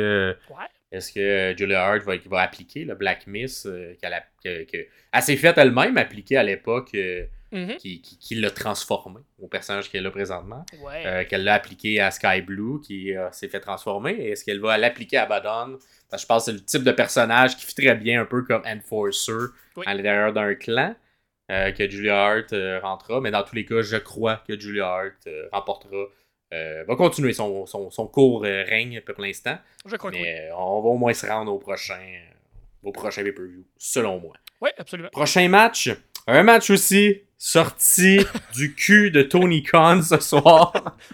que Julia Hart va appliquer le Black Miss qu'elle s'est faite elle-même appliquer à l'époque qui l'a transformé au personnage qu'elle a présentement? Qu'elle l'a appliqué à Sky Blue qui s'est fait transformer. Et est-ce qu'elle va l'appliquer à Abaddon? Parce que je pense que c'est le type de personnage qui fit très bien un peu comme Enforcer à l'intérieur d'un clan. Que Julia Hart rentrera. Mais dans tous les cas, je crois que Julia Hart remportera. Va continuer son court règne pour l'instant. Je crois que on va au moins se rendre au prochain pay-per-view, selon moi. Oui, absolument. Prochain match. Un match aussi sorti du cul de Tony Khan ce soir.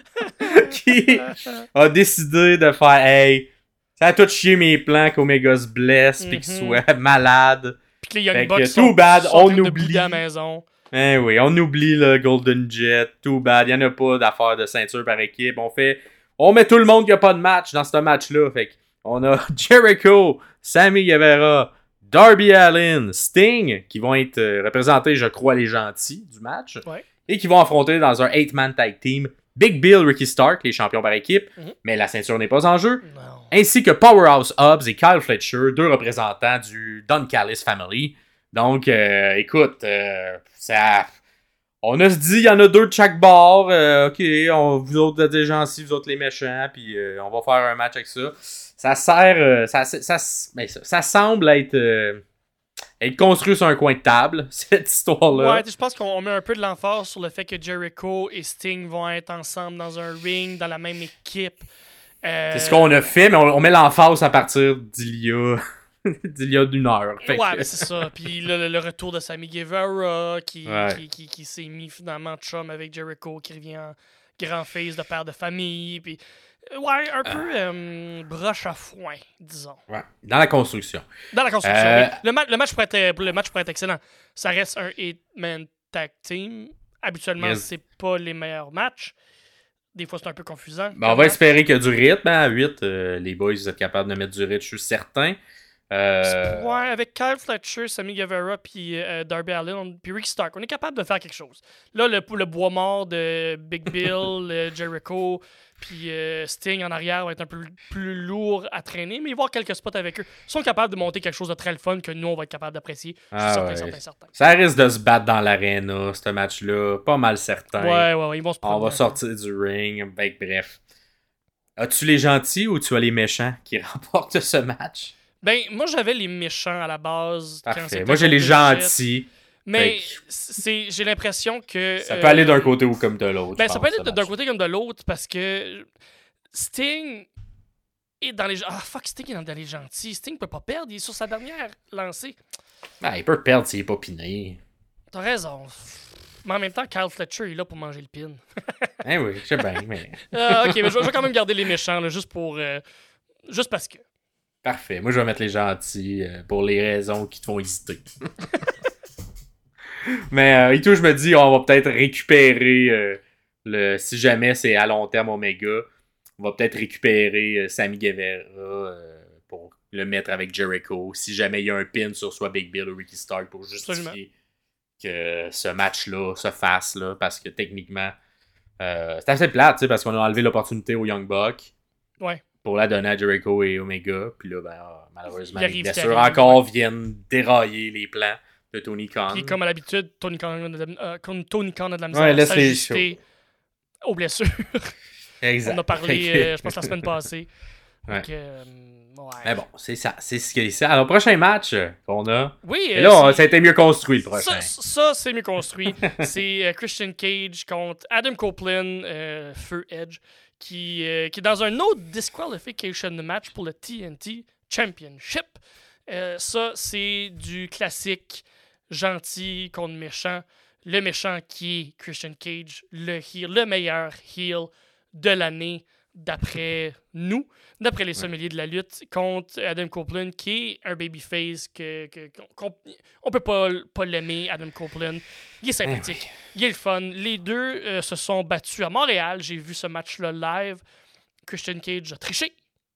Qui a décidé de faire hey, ça a tout chier mes plans qu'Omega se blesse puis qu'il soit malade. Puis qu'il y a une box too bad, on oublie. À la maison. Oui, on oublie le Golden Jet. Too bad. Il n'y en a pas d'affaire de ceinture par équipe. On met tout le monde qui n'a pas de match dans ce match-là. Fait on a Jericho, Sammy Guevara, Darby Allin, Sting, qui vont être représentés, je crois, les gentils du match. Ouais. et qui vont affronter dans un 8-man tag team Big Bill, Ricky Stark, les champions par équipe, mais la ceinture n'est pas en jeu, ainsi que Powerhouse Hobbs et Kyle Fletcher, 2 représentants du Don Callis Family. Donc, écoute, ça... On a se dit, il y en a 2 de chaque bord. OK, vous autres des gentils, vous autres les méchants, puis on va faire un match avec ça. Ça sert... ça semble être construit sur un coin de table, cette histoire-là. Ouais, je pense qu'on met un peu de l'emphase sur le fait que Jericho et Sting vont être ensemble dans un ring, dans la même équipe. C'est ce qu'on a fait, mais on met l'emphase à partir d'il y a d'une heure. Ouais, c'est ça. Puis le retour de Sammy Guevara qui s'est mis finalement chum avec Jericho, qui revient en grand face de père de famille. Puis, ouais, un peu broche à foin, disons. Ouais, dans la construction. Dans la construction, oui. Le match pourrait être excellent. Ça reste un 8-man tag team. Habituellement, c'est pas les meilleurs matchs. Des fois, c'est un peu confusant. Ben, on va espérer qu'il y a du rythme. À 8, les boys, vous êtes capables de mettre du rythme, je suis certain. Ouais, avec Kyle Fletcher, Sammy Guevara, puis Darby Allin, puis Ricky Stark, on est capable de faire quelque chose. Là, le bois mort de Big Bill, Jericho, puis Sting en arrière va être un peu plus lourd à traîner, mais il va y avoir quelques spots avec eux. Ils sont capables de monter quelque chose de très le fun que nous, on va être capable d'apprécier. Je suis certain. Ça risque de se battre dans l'arena, ce match-là. Pas mal certain. Ouais, ils vont se prendre. On va sortir du ring. Bref. As-tu les gentils ou tu as les méchants qui remportent ce match? Ben, moi, j'avais les méchants à la base. Parfait. Moi, j'ai les gentils. Mais j'ai l'impression que... Ça peut aller d'un côté ou comme de l'autre. Ben, ça peut aller d'un côté comme de l'autre parce que Sting est dans les... Ah, fuck, Sting est dans les gentils. Sting peut pas perdre. Il est sur sa dernière lancée. Ah, il peut perdre s'il est pas piné. T'as raison. Mais en même temps, Kyle Fletcher est là pour manger le pin. Oui, je sais bien, mais... Ok, mais je vais quand même garder les méchants, là, juste pour... juste parce que... Parfait. Moi, je vais mettre les gentils pour les raisons qui te font hésiter. Mais et tout, je me dis, on va peut-être récupérer si jamais c'est à long terme Omega, on va peut-être récupérer Sammy Guevara pour le mettre avec Jericho. Si jamais il y a un pin sur soit Big Bill ou Ricky Stark pour justifier que ce match-là se fasse, là, parce que techniquement, c'est assez plate, parce qu'on a enlevé l'opportunité aux Young Bucks. Ouais. Pour la donner à Jericho et Omega. Puis là, malheureusement, les blessures viennent dérailler les plans de Tony Khan. Puis comme à l'habitude, Tony Khan a de la misère à s'ajuster aux blessures. Exact. On a parlé, je pense, la semaine passée. Ouais. Donc, ouais. Mais bon, c'est ça. C'est ce que c'est. Alors, prochain match qu'on a. Oui. Et là, ça a été mieux construit, le prochain. Ça c'est mieux construit. C'est Christian Cage contre Adam Copeland, Feu Edge, qui est dans un autre disqualification match pour le TNT Championship. Ça, c'est du classique gentil contre méchant. Le méchant qui est Christian Cage, le meilleur heel de l'année d'après nous, d'après les sommeliers de la lutte, contre Adam Copeland, qui est un babyface on peut pas l'aimer, Adam Copeland. Il est sympathique, il est le fun. Les deux se sont battus à Montréal. J'ai vu ce match-là live. Christian Cage a triché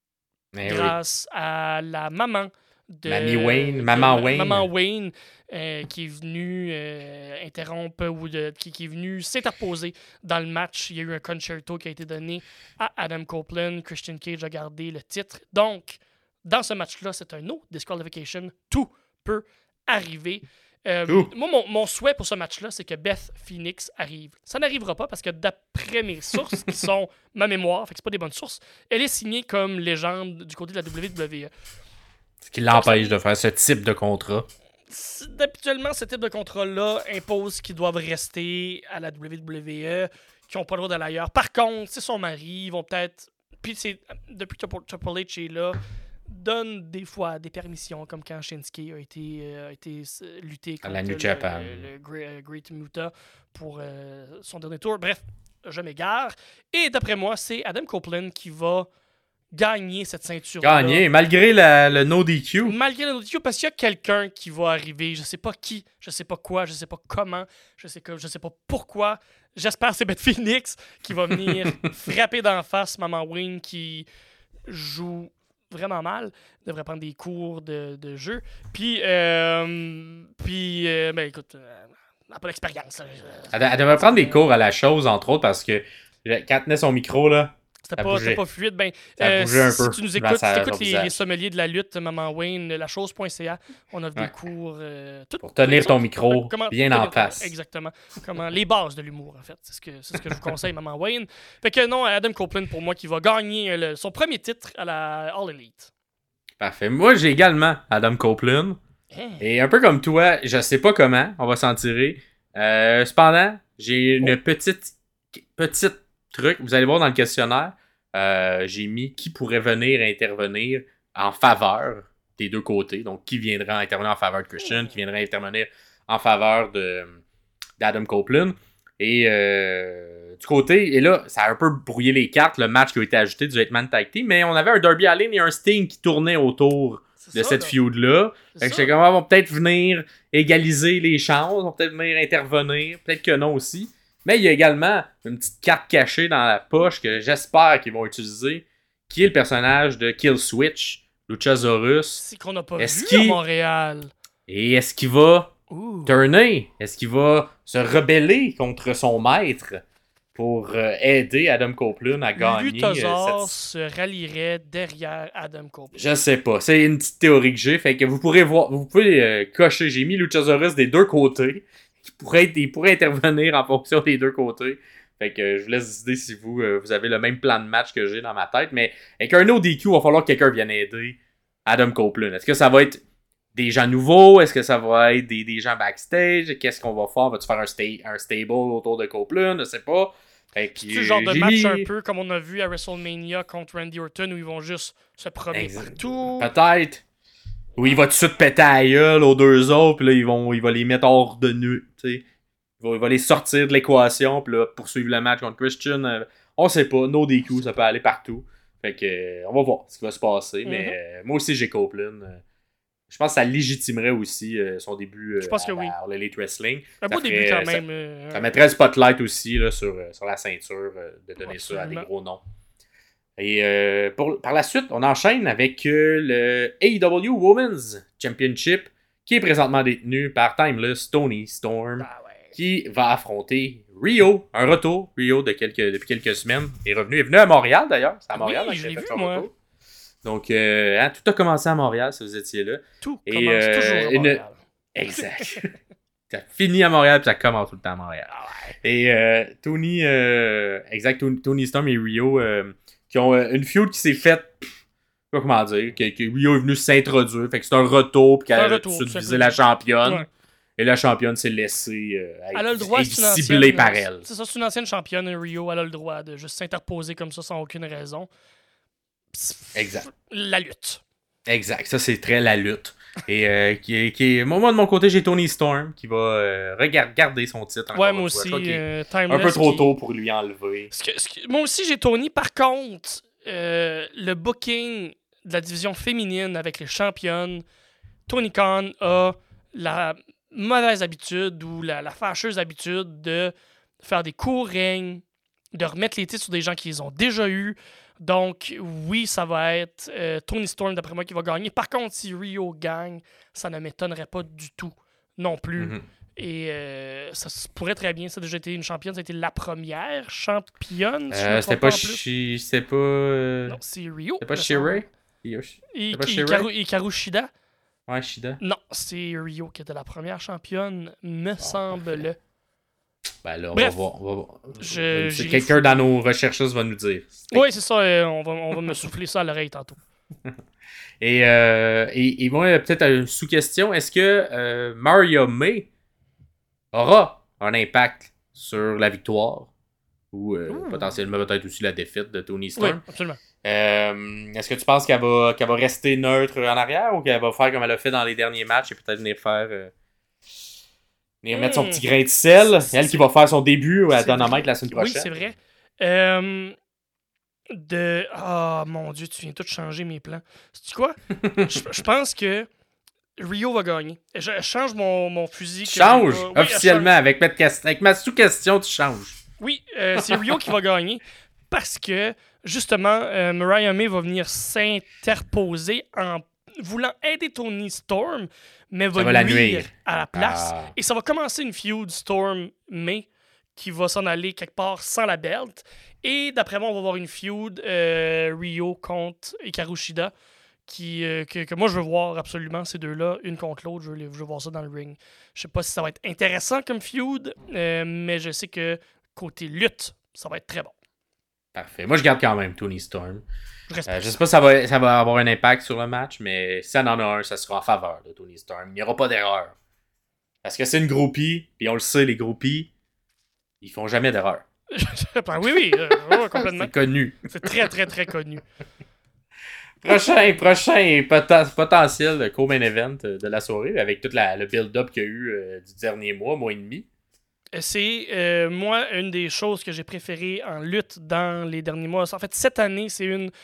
grâce à la maman de Maman Wayne, qui est venue interrompre ou qui est venue s'interposer dans le match. Il y a eu un concerto qui a été donné à Adam Copeland. Christian Cage a gardé le titre. Donc, dans ce match-là, c'est un autre disqualification. Tout peut arriver. Moi, mon souhait pour ce match-là, c'est que Beth Phoenix arrive. Ça n'arrivera pas parce que d'après mes sources, qui sont ma mémoire, fait que c'est pas des bonnes sources, elle est signée comme légende du côté de la WWE. Ce qui l'empêche de faire ce type de contrat. Habituellement, ce type de contrat-là impose qu'ils doivent rester à la WWE, qu'ils n'ont pas le droit d'aller ailleurs. Par contre, c'est son mari, ils vont peut-être... Puis depuis que Triple H est là, donne des fois des permissions, comme quand Shinsuke a été lutté contre la New Japan. le Great Muta pour son dernier tour. Bref, je m'égare. Et d'après moi, c'est Adam Copeland qui va gagner cette ceinture-là. Malgré le no DQ. Malgré le no DQ, parce qu'il y a quelqu'un qui va arriver. Je sais pas qui, je sais pas quoi, je sais pas comment, je sais pas pourquoi. J'espère que c'est Beth Phoenix qui va venir frapper d'en face Maman Wayne qui joue vraiment mal, devrait prendre des cours de jeu. Puis, ben écoute, n'a pas d'expérience. Elle devrait prendre des cours à la chose, entre autres, parce que quand elle tenait son micro, là, C'était pas fluide. Ben, ça bougeait un si peu tu nous devant écoutes, son les visage. sommeliers de la lutte, Maman Wayne, lachose.ca, on offre des cours. Pour tenir ton micro bien en face. Exactement. Les bases de l'humour, en fait. C'est ce que je vous conseille, Maman Wayne. Fait que non, Adam Copeland, pour moi, qui va gagner son premier titre à la All Elite. Parfait. Moi, j'ai également Adam Copeland. Et un peu comme toi, je sais pas comment on va s'en tirer. Cependant, j'ai une petite truc. Vous allez voir dans le questionnaire, j'ai mis qui pourrait venir intervenir en faveur des deux côtés. Donc, qui viendrait intervenir en faveur de Christian, qui viendrait intervenir en faveur d'Adam Copeland. Et du côté, et là, ça a un peu brouillé les cartes, le match qui a été ajouté du 8-Man Tag Team, mais on avait un Darby Allin et un Sting qui tournaient autour de cette feud-là. Fait que j'étais comme, ils vont peut-être venir égaliser les chances, vont peut-être venir intervenir, peut-être que non aussi. Mais il y a également une petite carte cachée dans la poche que j'espère qu'ils vont utiliser, qui est le personnage de Kill Switch, Luchasaurus. C'est qu'on n'a pas vu à Montréal. Et est-ce qu'il va turner? Est-ce qu'il va se rebeller contre son maître pour aider Adam Copeland à gagner? Luchasaurus se rallierait derrière Adam Copeland. Je sais pas. C'est une petite théorie que j'ai. Fait que vous pouvez cocher. J'ai mis Luchasaurus des deux côtés. Il pourrait intervenir en fonction des deux côtés. Fait que je vous laisse décider si vous avez le même plan de match que j'ai dans ma tête. Mais avec un ODQ, il va falloir que quelqu'un vienne aider Adam Copeland. Est-ce que ça va être des gens nouveaux? Est-ce que ça va être des gens backstage? Qu'est-ce qu'on va faire? Va-tu faire un stable autour de Copeland? Je sais pas. C'est le genre de match un peu comme on a vu à WrestleMania contre Randy Orton où ils vont juste se promener partout. Peut-être. Ou il va tout de suite péter à la gueule aux deux autres, puis là, il va les mettre hors de nu, tu sais. Il va les sortir de l'équation, puis là, poursuivre le match contre Christian. On sait pas, no DQ, ça peut aller partout. Fait que, on va voir ce qui va se passer, mais moi aussi, j'ai Copeland. Je pense que ça légitimerait aussi son début à l'Elite Wrestling. Un beau début quand même. Ça mettrait le spotlight aussi là, sur la ceinture, de donner ça à des gros noms. Et par la suite, on enchaîne avec le AEW Women's Championship qui est présentement détenu par Timeless Toni Storm qui va affronter Rio. Un retour, Rio, depuis quelques semaines. Il est venu à Montréal d'ailleurs. C'est à Montréal. Oui, je l'ai vu, moi. Retour. Donc, tout a commencé à Montréal si vous étiez là. Tout commence toujours à Montréal. Exact. Ça finit à Montréal puis ça commence tout le temps à Montréal. Et Toni Storm et Rio qui ont une feud qui s'est faite, je sais pas comment dire, que Rio est venu s'introduire, fait que c'est un retour, puis qu'elle a tout de suite visé la championne. Ouais. Et la championne s'est laissée être ciblée par elle. C'est ça, c'est une ancienne championne, Rio, elle a le droit de juste s'interposer comme ça sans aucune raison. Exact. La lutte. Exact, ça c'est très la lutte. Et moi de mon côté, j'ai Toni Storm qui va garder son titre. Ouais, moi aussi. Un peu trop tôt pour lui enlever. Moi aussi, j'ai Toni. Par contre, le booking de la division féminine avec les championnes, Tony Khan a la mauvaise habitude ou la fâcheuse habitude de faire des courts règnes, de remettre les titres sur des gens qui les ont déjà eus. Donc, oui, ça va être Toni Storm, d'après moi, qui va gagner. Par contre, si Rio gagne, ça ne m'étonnerait pas du tout non plus. Mm-hmm. Et ça pourrait très bien. Ça a déjà été une championne. Ça a été la première championne. C'était pas... C'est pas... Non, c'est Rio. C'est pas Shirai? Hikaru Shida? Ouais, Shida. Non, c'est Rio qui était la première championne, me semble. Ben là, bref, on va voir. Quelqu'un dans nos recherchistes va nous dire. Oui, c'est ça. On va me souffler ça à l'oreille tantôt. Et moi, peut-être une sous-question. Est-ce que Maria May aura un impact sur la victoire ou potentiellement peut-être aussi la défaite de Toni Storm? Oui, absolument. Est-ce que tu penses qu'elle va rester neutre en arrière ou qu'elle va faire comme elle a fait dans les derniers matchs et peut-être venir mettre son petit grain de sel? Elle qui va faire son début à Dynamite la semaine prochaine. Oui, c'est vrai. Oh mon Dieu, tu viens tout changer mes plans. Sais-tu quoi? Je pense que Rio va gagner. Je change mon fusil. Change officiellement. Avec ma sous-question, tu changes. Oui, c'est Rio qui va gagner parce que justement, Mariah May va venir s'interposer en voulant aider Tony Storm, mais Ça va va la nuire nuire. à la place. Ah. Et ça va commencer une feud Storm-May qui va s'en aller quelque part sans la belt. Et d'après moi, on va voir une feud Ryo contre Hikaru Shida que moi je veux voir absolument ces deux-là, une contre l'autre. Je veux voir ça dans le ring. Je sais pas si ça va être intéressant comme feud, mais je sais que côté lutte, ça va être très bon. Parfait. Moi, je garde quand même Tony Storm. Je Je sais pas si ça va avoir un impact sur le match, mais si ça en a un, ça sera en faveur de Tony Storm. Il n'y aura pas d'erreur. Parce que c'est une groupie, puis on le sait, les groupies, ils font jamais d'erreur. oui, complètement. C'est connu. C'est très, très, très connu. Prochain potentiel de co-main event de la soirée, avec tout le build-up qu'il y a eu du dernier mois et demi. C'est, moi, une des choses que j'ai préférées en lutte dans les derniers mois. En fait, cette année, c'est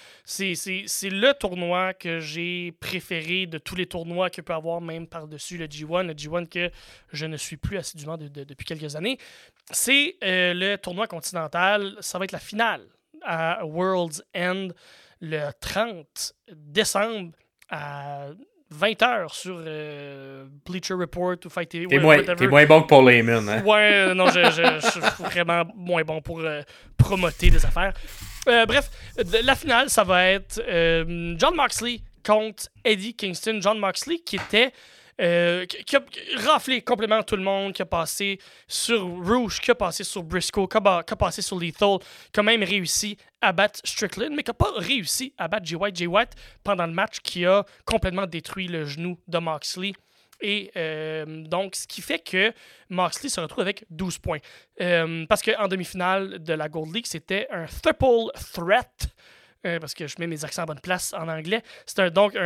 le tournoi que j'ai préféré de tous les tournois qu'il peut avoir, même par-dessus le G1. Le G1 que je ne suis plus assidûment depuis quelques années. C'est le tournoi continental. Ça va être la finale à World's End le 30 décembre à 20h sur Bleacher Report ou Fight TV. T'es moins bon que Paul Heyman, hein? Ouais, non, je suis vraiment moins bon pour promoter des affaires. Bref, la finale, ça va être Jon Moxley contre Eddie Kingston. Jon Moxley qui était... qui a raflé complètement tout le monde, qui a passé sur Rouge, qui a passé sur Briscoe, qui a passé sur Lethal, qui a même réussi à battre Strickland, mais qui n'a pas réussi à battre Jay White. Jay White, pendant le match, qui a complètement détruit le genou de Moxley. Et donc, ce qui fait que Moxley se retrouve avec 12 points. Parce qu'en demi-finale de la Gold League, c'était un triple threat. Parce que je mets mes accents à bonne place en anglais. C'est donc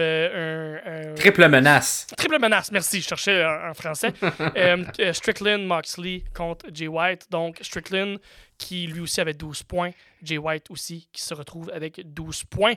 un triple menace. Triple menace, merci, je cherchais en français. Strickland, Moxley contre Jay White. Donc, Strickland qui lui aussi avait 12 points. Jay White aussi qui se retrouve avec 12 points.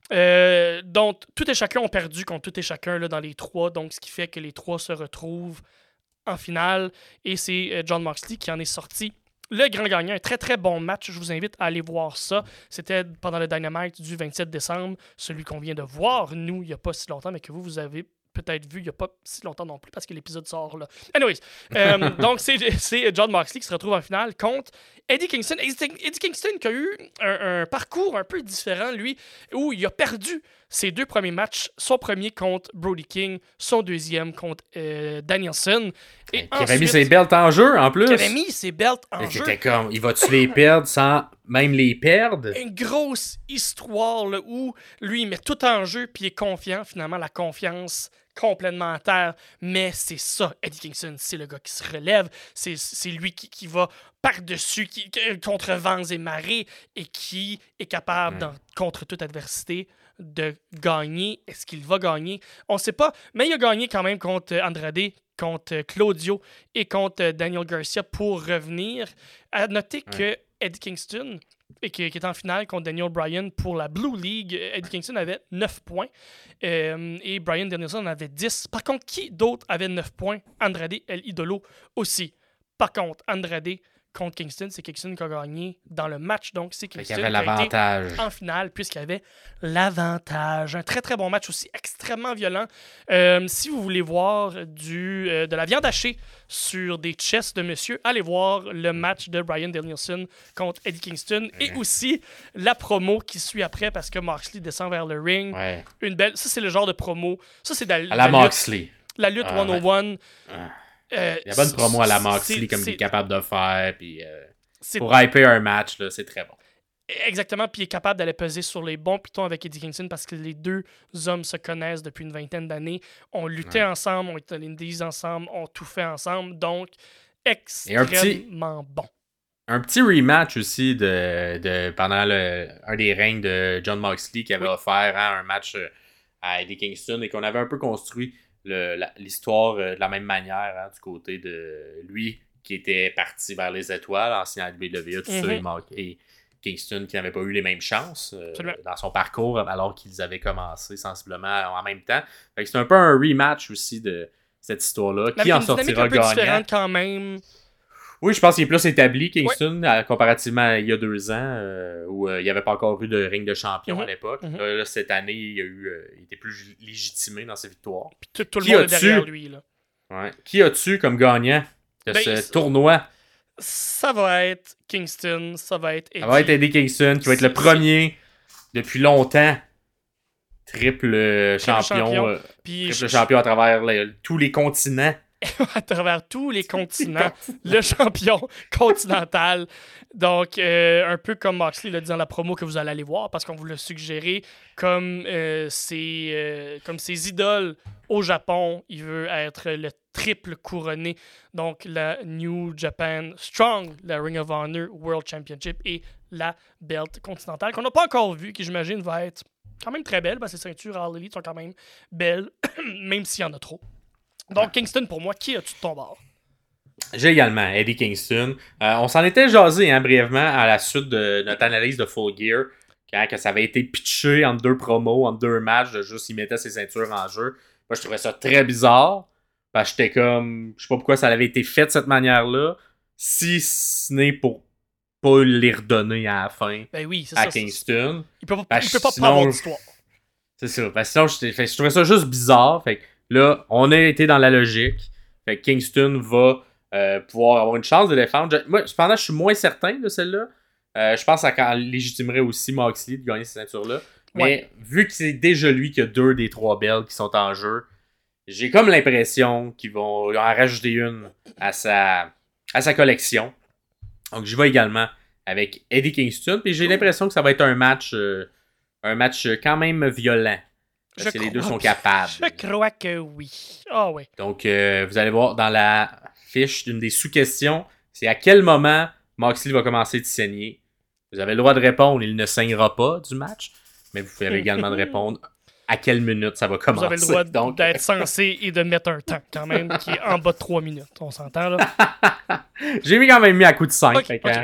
Donc, tout et chacun ont perdu contre tout et chacun là, dans les trois. Donc, ce qui fait que les trois se retrouvent en finale. Et c'est Jon Moxley qui en est sorti le grand gagnant. Un très très bon match. Je vous invite à aller voir ça. C'était pendant le Dynamite du 27 décembre. Celui qu'on vient de voir, nous, il n'y a pas si longtemps, mais que vous avez peut-être vu il n'y a pas si longtemps non plus parce que l'épisode sort là. Anyways, donc c'est Jon Moxley qui se retrouve en finale contre Eddie Kingston. Eddie Kingston qui a eu un parcours un peu différent, lui, où il a perdu ses deux premiers matchs. Son premier contre Brody King, son deuxième contre Danielson. Et qui avait mis ses belts en jeu en plus. Qui avait mis ses belts en jeu. C'était comme, il va-tu les perdre sans même les perdre? Une grosse histoire là, où lui, il met tout en jeu puis il est confiant. Finalement, la confiance complètement à terre. Mais c'est ça, Eddie Kingston. C'est le gars qui se relève. C'est lui qui va par-dessus, contre vents et marées et qui est capable, contre toute adversité, de gagner. Est-ce qu'il va gagner? On ne sait pas. Mais il a gagné quand même contre Andrade, contre Claudio et contre Daniel Garcia pour revenir. À noter que Eddie Kingston, qui est en finale contre Daniel Bryan pour la Blue League, Eddie Kingston avait 9 points et Bryan Danielson en avait 10. Par contre, qui d'autre avait 9 points? Andrade El Idolo aussi. Par contre, Andrade contre Kingston, c'est Kingston qui a gagné dans le match, donc c'est Kingston qui a été en finale puisqu'il avait l'avantage. Un très très bon match aussi, extrêmement violent. Si vous voulez voir de la viande hachée sur des chests de monsieur, allez voir le match de Bryan Danielson contre Eddie Kingston et aussi la promo qui suit après parce que Moxley descend vers le ring. Ouais. Une belle, ça c'est le genre de promo. Ça c'est de la Moxley. Lutte, la lutte 101. Il y a bonne promo à la Moxley comme il est capable de faire. Puis, pour hyper un match, là, c'est très bon. Exactement, puis il est capable d'aller peser sur les bons pitons avec Eddie Kingston parce que les deux hommes se connaissent depuis une vingtaine d'années. On luttait ensemble, on était à l'Indies ensemble, on tout fait ensemble. Donc, extrêmement bon. Un petit rematch aussi pendant un des règnes de Jon Moxley qui avait offert un match à Eddie Kingston et qu'on avait un peu construit l'histoire de la même manière du côté de lui qui était parti vers les étoiles, ancien à WWE, tout ça, et Kingston qui n'avait pas eu les mêmes chances dans son parcours alors qu'ils avaient commencé sensiblement en même temps. Fait que c'est un peu un rematch aussi de cette histoire-là. Qui en sortira gagnant? Différente quand même. Oui, je pense qu'il est plus établi, Kingston, comparativement à il y a 2 ans, où il n'y avait pas encore eu de ring de champion à l'époque. Là, cette année, il était plus légitimé dans ses victoires. Puis tout le monde est derrière lui. Là. Ouais. Qui as-tu comme gagnant de ce tournoi? Ça va être Kingston, ça va être Eddie. Ça va être Eddie Kingston, qui va être le premier depuis longtemps triple champion. Triple champion à travers tous les continents. À travers tous les continents, le champion continental. Donc, un peu comme Moxley l'a dit dans la promo que vous allez aller voir, parce qu'on vous l'a suggéré, comme ses idoles au Japon, il veut être le triple couronné. Donc, la New Japan Strong, la Ring of Honor World Championship et la belt continentale, qu'on n'a pas encore vu, qui j'imagine va être quand même très belle, parce que ces ceintures All Elite sont quand même belles, même s'il y en a trop. Donc, Kingston, pour moi, qui as-tu de ton bord? J'ai également Eddie Kingston. On s'en était jasé brièvement à la suite de notre analyse de Full Gear, quand que ça avait été pitché entre 2 promos, entre 2 matchs, de juste il mettait ses ceintures en jeu. Moi, je trouvais ça très bizarre, parce que j'étais comme, je sais pas pourquoi ça avait été fait de cette manière-là, si ce n'est pour pas les redonner à la fin à Kingston. Il peut pas avoir d'histoire. C'est ça. Sinon, je trouvais ça juste bizarre. Fait que là, on a été dans la logique. Fait que Kingston va pouvoir avoir une chance de défendre. Moi, cependant, je suis moins certain de celle-là. Je pense qu'elle légitimerait aussi Moxley de gagner cette ceinture-là. Mais vu que c'est déjà lui qui a 2 des 3 belts qui sont en jeu, j'ai comme l'impression qu'ils vont en rajouter une à sa collection. Donc, je vais également avec Eddie Kingston. Puis j'ai l'impression que ça va être un match quand même violent. Parce que les deux sont capables. Je crois que oui. Ah oui. Donc, vous allez voir dans la fiche d'une des sous-questions, c'est à quel moment Moxley va commencer de saigner. Vous avez le droit de répondre, il ne saignera pas du match. Mais vous pouvez également de répondre à quelle minute ça va commencer. Vous avez le droit d'être censé et de mettre un temps quand même qui est en bas de 3 minutes. On s'entend là? J'ai quand même mis à coup de 5.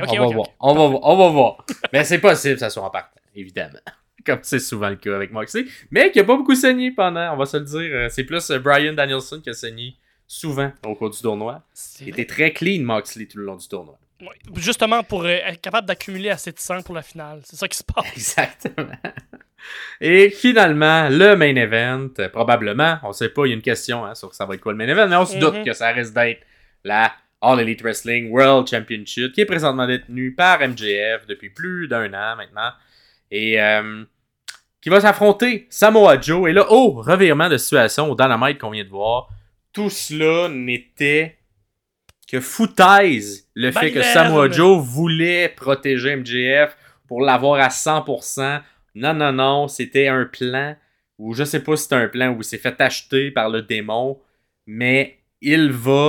On va voir. Mais c'est possible que ça soit en partant, évidemment. Comme c'est souvent le cas avec Moxley. Mais qui a pas beaucoup saigné pendant, on va se le dire. C'est plus Bryan Danielson qui a saigné souvent au cours du tournoi. Il était très clean, Moxley, tout le long du tournoi. Ouais, justement pour être capable d'accumuler assez de sang pour la finale. C'est ça qui se passe. Exactement. Et finalement, le main event, probablement, on sait pas, il y a une question sur ça va être quoi le main event, mais on se doute que ça risque d'être la All Elite Wrestling World Championship, qui est présentement détenue par MJF depuis plus d'1 an maintenant. Et qui va s'affronter Samoa Joe. Et là, revirement de situation au Dynamite qu'on vient de voir. Tout cela n'était que foutaise. Le fait que Samoa Joe voulait protéger MJF pour l'avoir à 100%. Non. C'était un plan. Ou je sais pas si c'était un plan où il s'est fait acheter par le démon. Mais il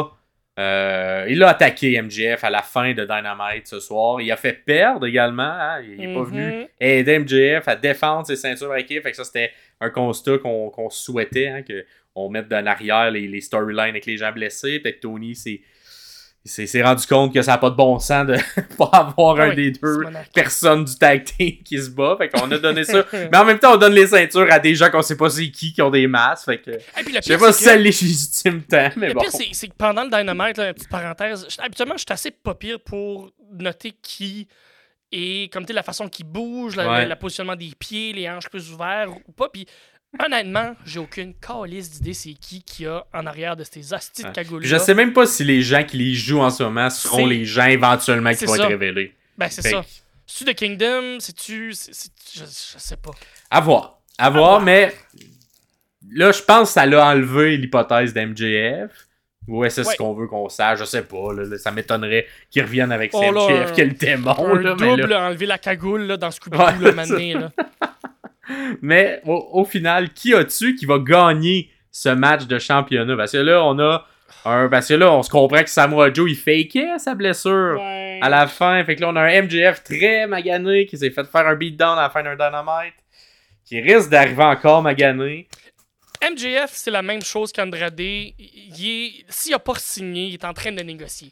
a attaqué MJF à la fin de Dynamite ce soir. Il a fait perdre également. Hein? Il n'est pas venu aider MJF à défendre ses ceintures équipes. Fait que ça, c'était un constat qu'on souhaitait. Hein, qu'on mette en arrière les storylines avec les gens blessés. Peut-être Tony s'est rendu compte que ça n'a pas de bon sens de pas avoir un des 2 personnes du tag team qui se bat. Fait qu'on a donné ça. Mais en même temps, on donne les ceintures à des gens qu'on sait pas c'est qui ont des masques. Fait que je sais pas si ça légitime tant, mais bon. Le pire, c'est que pendant le Dynamite, là, une petite parenthèse, habituellement, je suis assez pas pire pour noter qui et comme tu sais, la façon qu'il bouge, le positionnement des pieds, les hanches plus ouvertes ou pas. Puis honnêtement, j'ai aucune calice d'idée c'est qui a en arrière de ces astis de cagoules-là. Je sais même pas si les gens qui les jouent en ce moment seront les gens éventuellement qui vont être révélés. Ben c'est ça. C'est-tu de Kingdom? Je sais pas. À voir, mais là, je pense que ça l'a enlevé l'hypothèse d'MJF. Ouais, c'est ce qu'on veut qu'on sache. Je sais pas. Là, ça m'étonnerait qu'ils reviennent avec MJF qui est le démon. Double enlever la cagoule là, dans Scooby-Doo, mané, là. Mais au final, qui as-tu qui va gagner ce match de championnat? Parce que là, on se comprend que Samoa Joe, il fakeait sa blessure à la fin. Fait que là, on a un MJF très magané qui s'est fait faire un beatdown à la fin d'un Dynamite. Qui risque d'arriver encore magané. MJF, c'est la même chose qu'Andrade. S'il n'a pas signé, il est en train de négocier.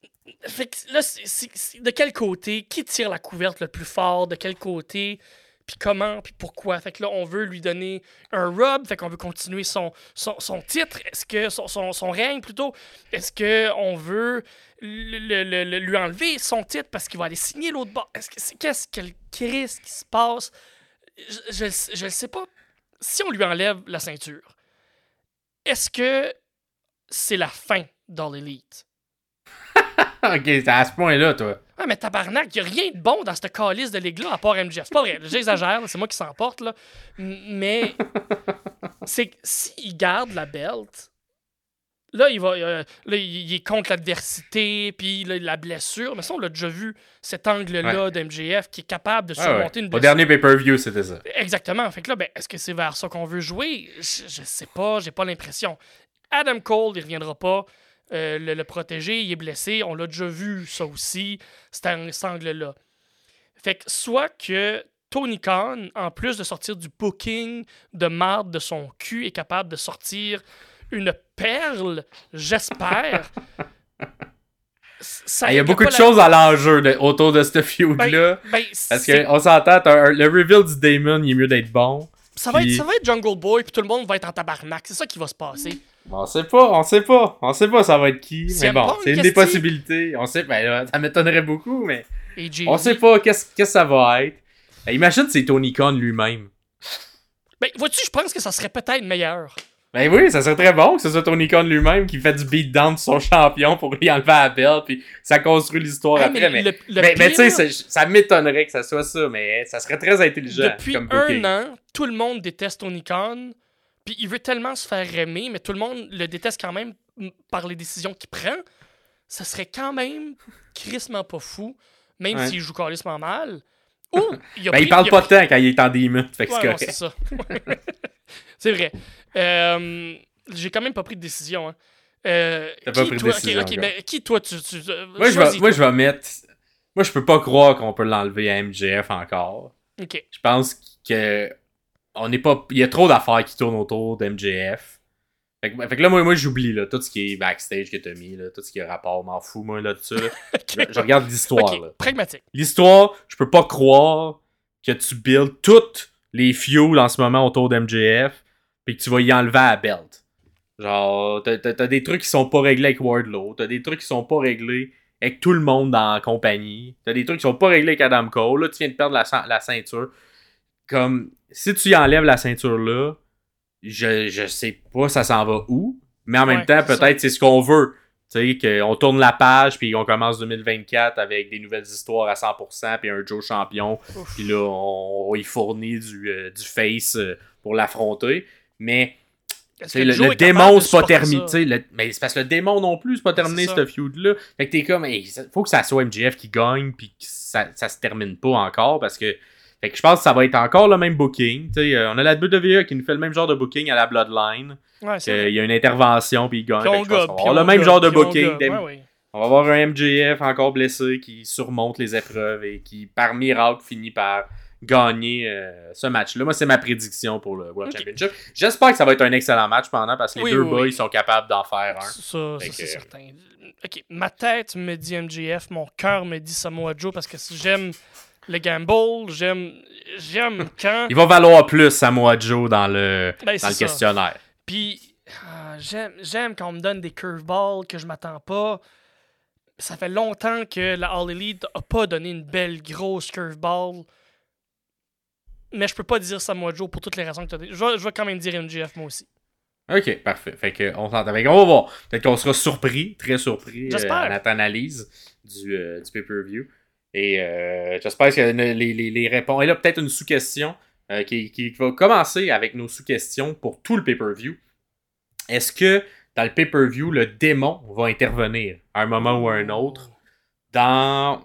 Fait que là, c'est de quel côté? Qui tire la couverte le plus fort? De quel côté? puis comment, puis pourquoi. Fait que là, on veut lui donner un rub, fait qu'on veut continuer son titre, est-ce que son règne plutôt, est-ce qu'on veut lui enlever son titre parce qu'il va aller signer l'autre bord. Qu'est-ce que le Christ qui se passe? Je ne sais pas. Si on lui enlève la ceinture, est-ce que c'est la fin d'All Elite? Ok, c'est à ce point-là, toi. Ah, mais tabarnak, il n'y a rien de bon dans cette calice de ligue-là à part MJF. C'est pas vrai, j'exagère, c'est moi qui s'emporte, là. Mais c'est que s'il garde la belt, là, il est contre l'adversité, puis la blessure. Mais ça, on l'a déjà vu, cet angle-là d'MJF qui est capable de surmonter une blessure. Au dernier pay-per-view, c'était ça. Exactement. Fait que là, est-ce que c'est vers ça qu'on veut jouer? Je sais pas, j'ai pas l'impression. Adam Cole, il reviendra pas. Le protéger, il est blessé. On l'a déjà vu, ça aussi. Cet angle-là. Fait que soit que Tony Khan, en plus de sortir du booking de marde de son cul, est capable de sortir une perle, j'espère. Il y a beaucoup de choses à l'enjeu autour de ce feud-là. Parce qu'on s'entend, le reveal du Damon, il est mieux d'être bon. Ça va être Jungle Boy, puis tout le monde va être en tabarnak. C'est ça qui va se passer. On sait pas ça va être qui. Mais bon, c'est une des possibilités. On sait, là, ça m'étonnerait beaucoup, mais on sait pas qu'est-ce que ça va être. Imagine c'est Tony Khan lui-même. Vois-tu, je pense que ça serait peut-être meilleur. Ben oui, ça serait très bon que ce soit Tony Khan lui-même qui fait du beatdown de son champion pour lui enlever la belle, puis ça construit l'histoire après. Mais tu sais, ça m'étonnerait que ça soit ça, mais ça serait très intelligent. Depuis un an, tout le monde déteste Tony Khan, puis il veut tellement se faire aimer, mais tout le monde le déteste quand même par les décisions qu'il prend. Ça serait quand même crissement pas fou, même s'il joue calissement mal. Ou, il parle pas de temps quand il est en demon, fait que c'est ça. C'est vrai. J'ai quand même pas pris de décision. Hein. T'as pas pris de décision. Mais qui, toi, tu moi, je vais mettre... Moi, je peux pas croire qu'on peut l'enlever à MJF encore. OK. Je pense que... Il y a trop d'affaires qui tournent autour d'MJF. Fait que là, moi j'oublie là, tout ce qui est backstage que t'as mis, là, tout ce qui est rapport, m'en fous, moi, là, de ça. Okay. Je regarde l'histoire, là. Pragmatique. L'histoire, je peux pas croire que tu builds toutes les fuels en ce moment autour d'MJF pis que tu vas y enlever à la belt. Genre, t'as des trucs qui sont pas réglés avec Wardlow, t'as des trucs qui sont pas réglés avec tout le monde dans la compagnie, t'as des trucs qui sont pas réglés avec Adam Cole, là, tu viens de perdre la ceinture. Comme, si tu y enlèves la ceinture là, je sais pas ça s'en va où, mais en même temps, peut-être c'est ce qu'on veut. Tu sais, qu'on tourne la page, puis on commence 2024 avec des nouvelles histoires à 100%, puis un Joe champion, puis là, on y fournit du face pour l'affronter. Mais le démon, c'est pas terminé. Mais c'est parce que le démon non plus, c'est pas terminé, ce feud-là. Fait que t'es comme, faut que ça soit MJF qui gagne, puis que ça se termine pas encore, parce que fait que je pense que ça va être encore le même booking. On a la WWE qui nous fait le même genre de booking à la Bloodline. Ouais, il y a une intervention, puis il gagne. On va avoir le même genre de booking. On va avoir un MJF encore blessé qui surmonte les épreuves et qui, par miracle, finit par gagner ce match-là. Moi, c'est ma prédiction pour le World Championship. J'espère que ça va être un excellent match pendant, parce que les deux boys sont capables d'en faire un. Ça c'est certain. Ok, ma tête me dit MJF, mon cœur me dit Samoa Joe, parce que j'aime le gamble, j'aime quand... Il va valoir plus Samoa Joe dans le questionnaire. Puis, j'aime quand on me donne des curveballs que je m'attends pas. Ça fait longtemps que la All Elite a pas donné une belle grosse curveball. Mais je peux pas dire Samoa Joe pour toutes les raisons que tu as dit. Je vais quand même dire MJF, moi aussi. Ok, parfait. Fait que on s'entend. On va voir. Peut-être qu'on sera surpris, très surpris, à notre analyse du pay-per-view. Et j'espère que les réponses... Et là, peut-être une sous-question qui va commencer avec nos sous-questions pour tout le pay-per-view. Est-ce que dans le pay-per-view, le démon va intervenir à un moment ou à un autre dans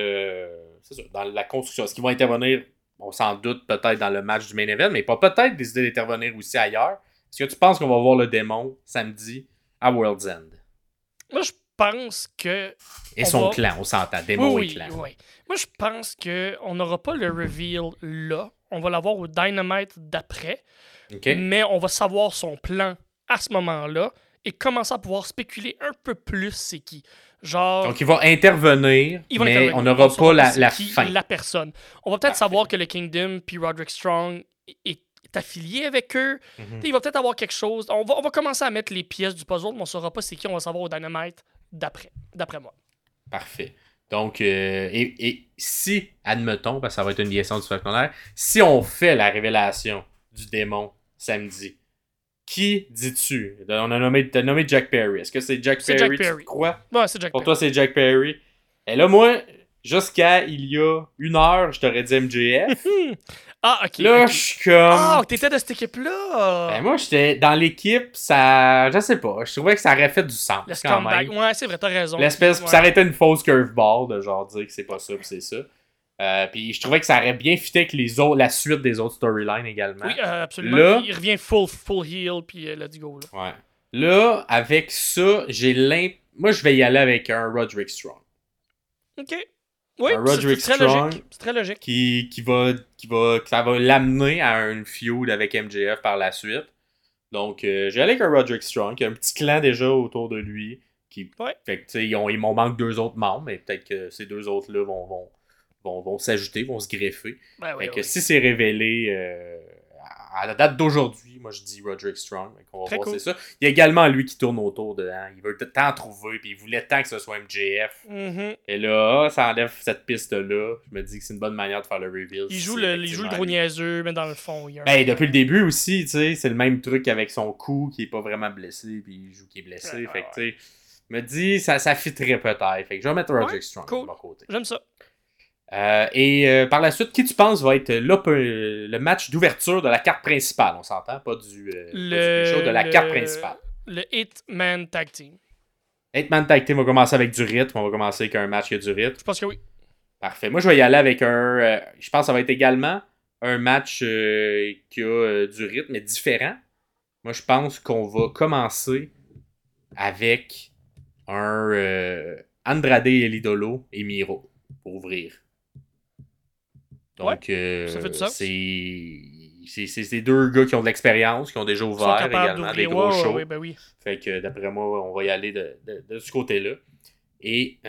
la construction? Est-ce qu'il va intervenir, on s'en doute, peut-être dans le match du main event, mais pas peut-être décider d'intervenir aussi ailleurs? Est-ce que tu penses qu'on va voir le démon samedi à World's End? Moi, je pense que... Et son clan, on s'entend. Démon et clan. Oui. Moi, je pense qu'on n'aura pas le reveal là. On va l'avoir au Dynamite d'après. Okay. Mais on va savoir son plan à ce moment-là. et commencer à pouvoir spéculer un peu plus c'est qui. Genre, Donc, il va intervenir, ils vont mais intervenir. on n'aura saura pas c'est la qui fin. la personne. On va peut-être Parfait. savoir que le Kingdom puis Roderick Strong est affilié avec eux. Mhm. Il va peut-être avoir quelque chose. On va commencer à mettre les pièces du puzzle, mais on saura pas c'est qui. On va savoir au Dynamite d'après moi. Parfait. Donc, et si, admettons, parce que ça va être une liaison du secondaire, si on fait la révélation du démon samedi, qui dis-tu? T'as nommé Jack Perry. Est-ce que c'est Jack Perry, tu crois? Ouais, c'est Jack Pour Perry. toi, c'est Jack Perry. Et là, moi, jusqu'à il y a 1 heure, je t'aurais dit MJF. Ah, ok. Là, ok. je suis comme... Ah, t'étais de cette équipe-là! Ben moi, j'étais dans l'équipe, ça... Je sais pas. Je trouvais que ça aurait fait du sens, Le quand scumbag. même. Ouais, c'est vrai, t'as raison. L'espèce... Ouais. Ça aurait été une fausse curveball de genre dire que c'est pas ça pis c'est ça. Puis je trouvais que ça aurait bien fité avec la suite des autres storylines également. Oui, absolument. Là- Il revient full heal, puis let's go. Là. Ouais. Là, avec ça, moi, je vais y aller avec un Roderick Strong. Ok. Oui, Un Roderick c'est très Strong logique. C'est très logique. que ça va l'amener à un feud avec MJF par la suite. Donc, je vais aller avec un Roderick Strong, qui a un petit clan déjà autour de lui. Ouais. Fait que, tu sais, il m'en manque 2 autres membres, mais peut-être que ces 2 autres-là vont s'ajouter, vont se greffer. Ben, Fait que si c'est révélé à la date d'aujourd'hui, moi je dis Roderick Strong. On va Très voir, cool. c'est ça. Il y a également lui qui tourne autour de. Il veut tant trouver, puis il voulait tant que ce soit MJF. Mhm. Et là, ça enlève cette piste-là. Je me dis que c'est une bonne manière de faire le reveal. Il joue le gros niaiseux, mais dans le fond, il y a un... Ben, depuis le début aussi, tu sais, c'est le même truc avec son cou qui est pas vraiment blessé, puis il joue qui est blessé. Fait que, tu sais, me dis, ça fitterait peut-être. Fait que je vais mettre Roderick Strong cool. de mon côté. J'aime ça. Par la suite, qui tu penses va être le match d'ouverture de la carte principale? On s'entend, pas du show, de la carte principale. Le 8-man tag team. 8-man tag team va commencer avec du rythme. On va commencer avec un match qui a du rythme. Je pense que oui. Parfait. Moi, je vais y aller avec un... je pense que ça va être également un match qui a du rythme, mais différent. Moi, je pense qu'on va commencer avec un Andrade Elidolo et Miro pour ouvrir. Donc, ça fait du sens. c'est 2 gars qui ont de l'expérience, qui ont déjà Ils sont ouvert capables également d'ouvrir. des gros Ouais, shows. ouais, ben oui. Fait que d'après moi, on va y aller de ce côté-là. Et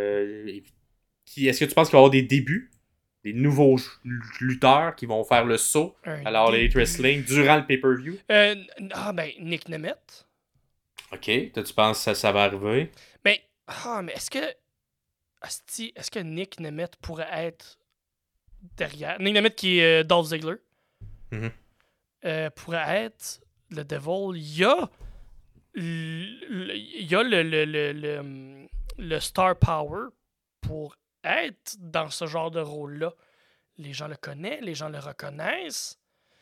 est-ce que tu penses qu'il va y avoir des débuts? Des nouveaux lutteurs qui vont faire le saut à l'All Elite Wrestling durant le pay-per-view? Nick Nemeth. Ok, toi tu penses que ça va arriver? Mais est-ce que... Est-ce que Nick Nemeth pourrait être derrière... Nick Nemeth qui est Dolph Ziggler. Mhm. Pourrait être le Devil. Il y a le star power pour être dans ce genre de rôle-là. Les gens le connaissent, les gens le reconnaissent.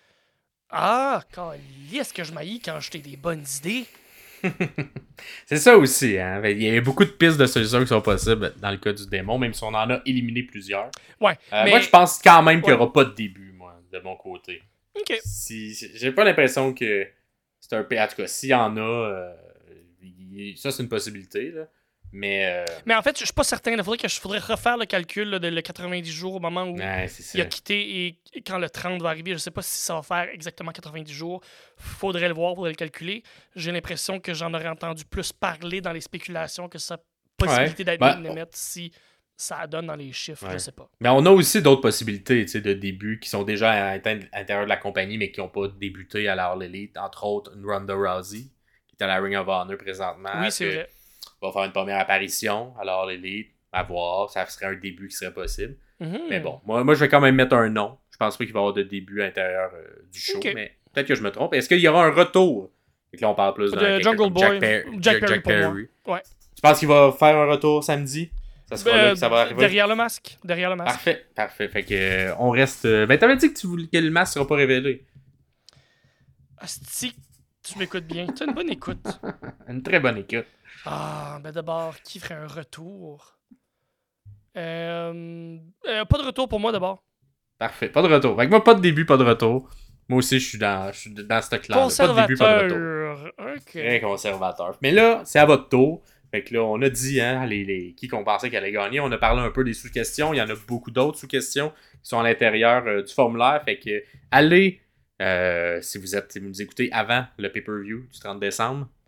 Est-ce que je m'haïs quand j'ai des bonnes idées? C'est ça aussi, hein. Il y a beaucoup de pistes de solutions qui sont possibles dans le cas du démon, même si on en a éliminé plusieurs. Ouais. Mais... Moi, je pense quand même qu'il n'y aura pas de début, moi, de mon côté. Ok. J'ai pas l'impression que c'est un... En tout cas, s'il y en a, ça, c'est une possibilité, là. Mais en fait, je suis pas certain. Il faudrait refaire le calcul là, de le 90 jours au moment où il a quitté et quand le 30 va arriver. Je sais pas si ça va faire exactement 90 jours. Faudrait le voir, faudrait le calculer. J'ai l'impression que j'en aurais entendu plus parler dans les spéculations que sa possibilité d'être Nemeth si ça donne dans les chiffres. Je sais pas. Mais on a aussi d'autres possibilités de début qui sont déjà à l'intérieur de la compagnie mais qui n'ont pas débuté à la All Elite. Entre autres, une Ronda Rousey qui est à la Ring of Honor présentement. Oui, c'est vrai. Va faire une première apparition, alors l'élite, à voir, ça serait un début qui serait possible. Mm-hmm. Mais bon, moi je vais quand même mettre un nom. Je pense pas qu'il va y avoir de début à l'intérieur du show, mais peut-être que je me trompe. Est-ce qu'il y aura un retour? Et que là, on parle plus de Jungle Boy, Jack Perry. Ouais. Tu penses qu'il va faire un retour samedi? Ça sera là que ça va arriver? Derrière le masque. Parfait. Fait que on reste... Ben t'avais dit que le masque sera pas révélé. Asti, tu m'écoutes bien. Tu as une bonne écoute. Une très bonne écoute. D'abord, qui ferait un retour? Pas de retour pour moi, d'abord. Parfait, pas de retour. Fait que moi, pas de début, pas de retour. Moi aussi, je suis dans ce clan. Pas de début, pas de retour. Okay. Très conservateur. Mais là, c'est à votre tour. Fait que là, on a dit, hein, qui qu'on pensait qu'elle allait gagner. On a parlé un peu des sous-questions. Il y en a beaucoup d'autres sous-questions qui sont à l'intérieur du formulaire. Fait que, allez, si vous nous écoutez avant le pay-per-view du 30 décembre, de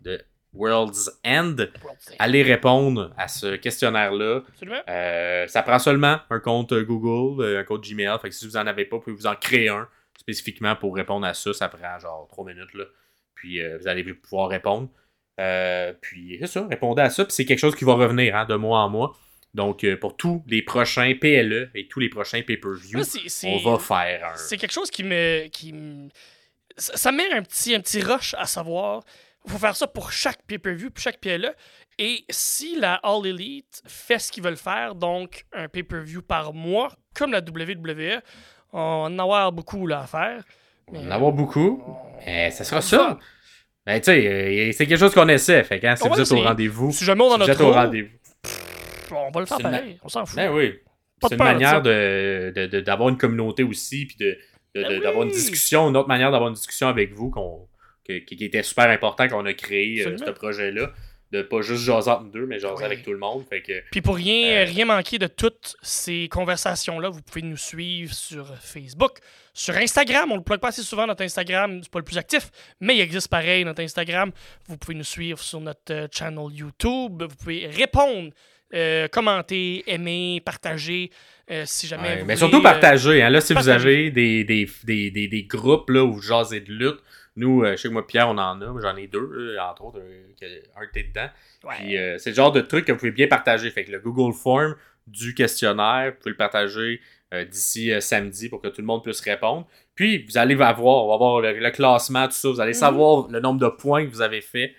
World's End. World's End. Allez répondre à ce questionnaire-là. Absolument. Ça prend seulement un compte Google, un compte Gmail. Fait que si vous en avez pas, vous pouvez vous en créer un spécifiquement pour répondre à ça. Ça prend genre 3 minutes. Là. Puis vous allez pouvoir répondre. Puis c'est ça, répondez à ça. Puis c'est quelque chose qui va revenir de mois en mois. Donc pour tous les prochains PLE et tous les prochains pay-per-view, on va faire un... C'est quelque chose qui me... Ça met un petit rush à savoir. Il faut faire ça pour chaque pay-per-view, pour chaque PLE. Et si la All Elite fait ce qu'ils veulent faire, donc un pay-per-view par mois, comme la WWE, on va en avoir beaucoup là, à faire. On va en avoir beaucoup. Ça sera ça. Ben, tu sais, c'est quelque chose qu'on essaie. Fait que si vous êtes au rendez-vous, si jamais on en a trop, au rendez-vous, on va le faire pareil. On s'en fout. Ben oui. C'est une manière d'avoir une communauté aussi, puis d'avoir une discussion, une autre manière d'avoir une discussion avec vous qui était super important quand on a créé ce projet-là. De pas juste jaser entre nous deux, mais jaser avec tout le monde. Fait que, puis pour rien manquer de toutes ces conversations-là, vous pouvez nous suivre sur Facebook, sur Instagram. On le plug pas assez souvent, notre Instagram. C'est pas le plus actif, mais il existe pareil, notre Instagram. Vous pouvez nous suivre sur notre channel YouTube. Vous pouvez répondre, commenter, aimer, partager. Si jamais vous mais voulez, surtout partager. Là, si vous avez des groupes là, où vous jasez de lutte, nous, je sais que moi, Pierre, on en a. J'en ai 2, entre autres. Un t'es dedans. Ouais. Puis, c'est le genre de truc que vous pouvez bien partager. Fait que le Google Form du questionnaire, vous pouvez le partager d'ici samedi pour que tout le monde puisse répondre. Puis, vous allez on va avoir le classement, tout ça. Vous allez savoir le nombre de points que vous avez fait.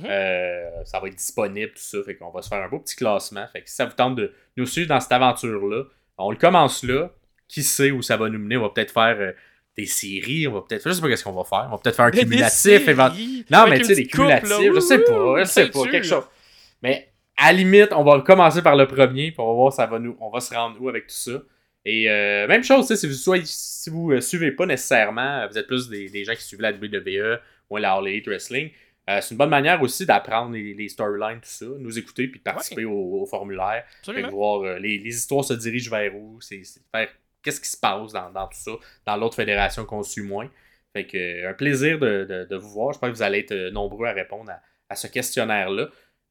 Ça va être disponible, tout ça. Fait qu'on va se faire un beau petit classement. Fait que si ça vous tente de nous suivre dans cette aventure-là, on le commence là. Qui sait où ça va nous mener? On va peut-être faire... des séries, on va peut-être... Je sais pas qu'est-ce qu'on va faire. On va peut-être faire un cumulatif. Non, mais tu sais, des cumulatifs, je sais pas, quelque chose. Mais à la limite, on va commencer par le premier, puis on va voir on va se rendre où avec tout ça. Et même chose, si vous suivez pas nécessairement, vous êtes plus des gens qui suivent la WWE ou la All Elite Wrestling, c'est une bonne manière aussi d'apprendre les storylines, tout ça, nous écouter puis de participer au formulaire. Voir les histoires se dirigent vers où, c'est faire qu'est-ce qui se passe dans tout ça, dans l'autre fédération qu'on suit moins. Fait que un plaisir de vous voir. J'espère que vous allez être nombreux à répondre à ce questionnaire-là.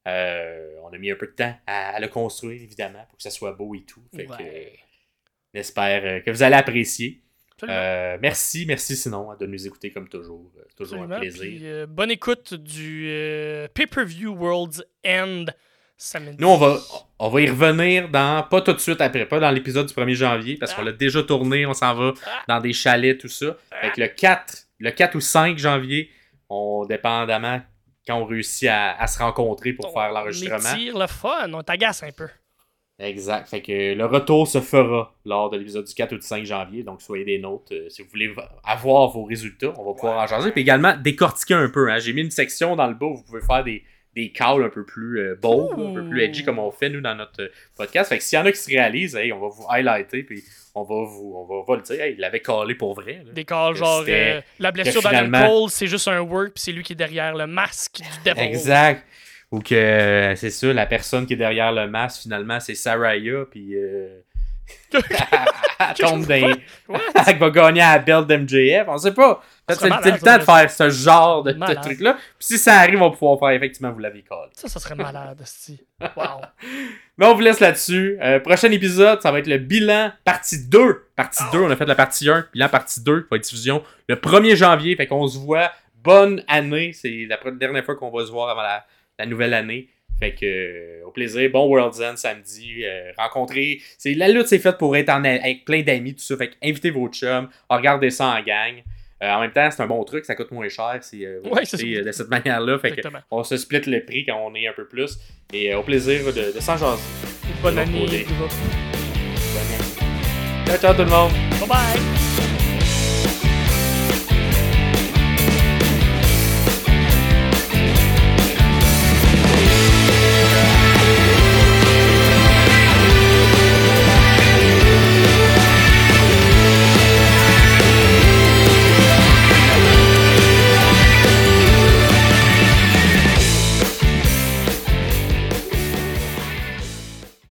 On a mis un peu de temps à le construire, évidemment, pour que ça soit beau et tout. Fait que j'espère que vous allez apprécier. Merci sinon de nous écouter comme toujours. Toujours un plaisir. Puis, bonne écoute du Pay-Per-View World's End samedi. Nous, on va y revenir pas tout de suite après, pas dans l'épisode du 1er janvier, parce qu'on l'a déjà tourné, on s'en va dans des chalets, tout ça. Fait que le 4 ou 5 janvier, dépendamment quand on réussit à se rencontrer pour faire l'enregistrement. On étire le fun, on t'agace un peu. Exact. Fait que le retour se fera lors de l'épisode du 4 ou du 5 janvier. Donc, soyez des nôtres. Si vous voulez avoir vos résultats, on va pouvoir en jaser. Puis également, décortiquer un peu. J'ai mis une section dans le bas où vous pouvez faire des calls un peu plus bold, un peu plus edgy comme on fait, nous, dans notre podcast. Fait que s'il y en a qui se réalisent, on va vous highlighter. Puis on va le dire. Il l'avait callé pour vrai. Là. Des calls genre la blessure d'Adam Cole, c'est juste un work. Puis c'est lui qui est derrière le masque du devil. Exact. Ou que c'est ça, la personne qui est derrière le masque, finalement, c'est Saraya, puis elle tombe dans... Elle va gagner à la belt d'MJF, on sait pas. C'est le temps de faire ce genre de truc-là. Puis si ça arrive, on va pouvoir faire effectivement, vous l'avez call. Ça serait malade, c'ti. Wow. Mais on vous laisse là-dessus. Prochain épisode, ça va être le bilan partie 2. Partie 2, on a fait la partie 1, bilan partie 2, va être diffusion le 1er janvier. Fait qu'on se voit. Bonne année. C'est la dernière fois qu'on va se voir avant la nouvelle année. Fait que au plaisir, bon World's End samedi, rencontrer. La lutte c'est faite pour être avec plein d'amis, tout ça. Fait que invitez vos chums, regardez ça en gang. En même temps, c'est un bon truc, ça coûte moins cher de cette manière-là. Fait que on se split le prix quand on est un peu plus. Et au plaisir de s'en jaser. Bonne année. Ciao tout le monde. Bye bye.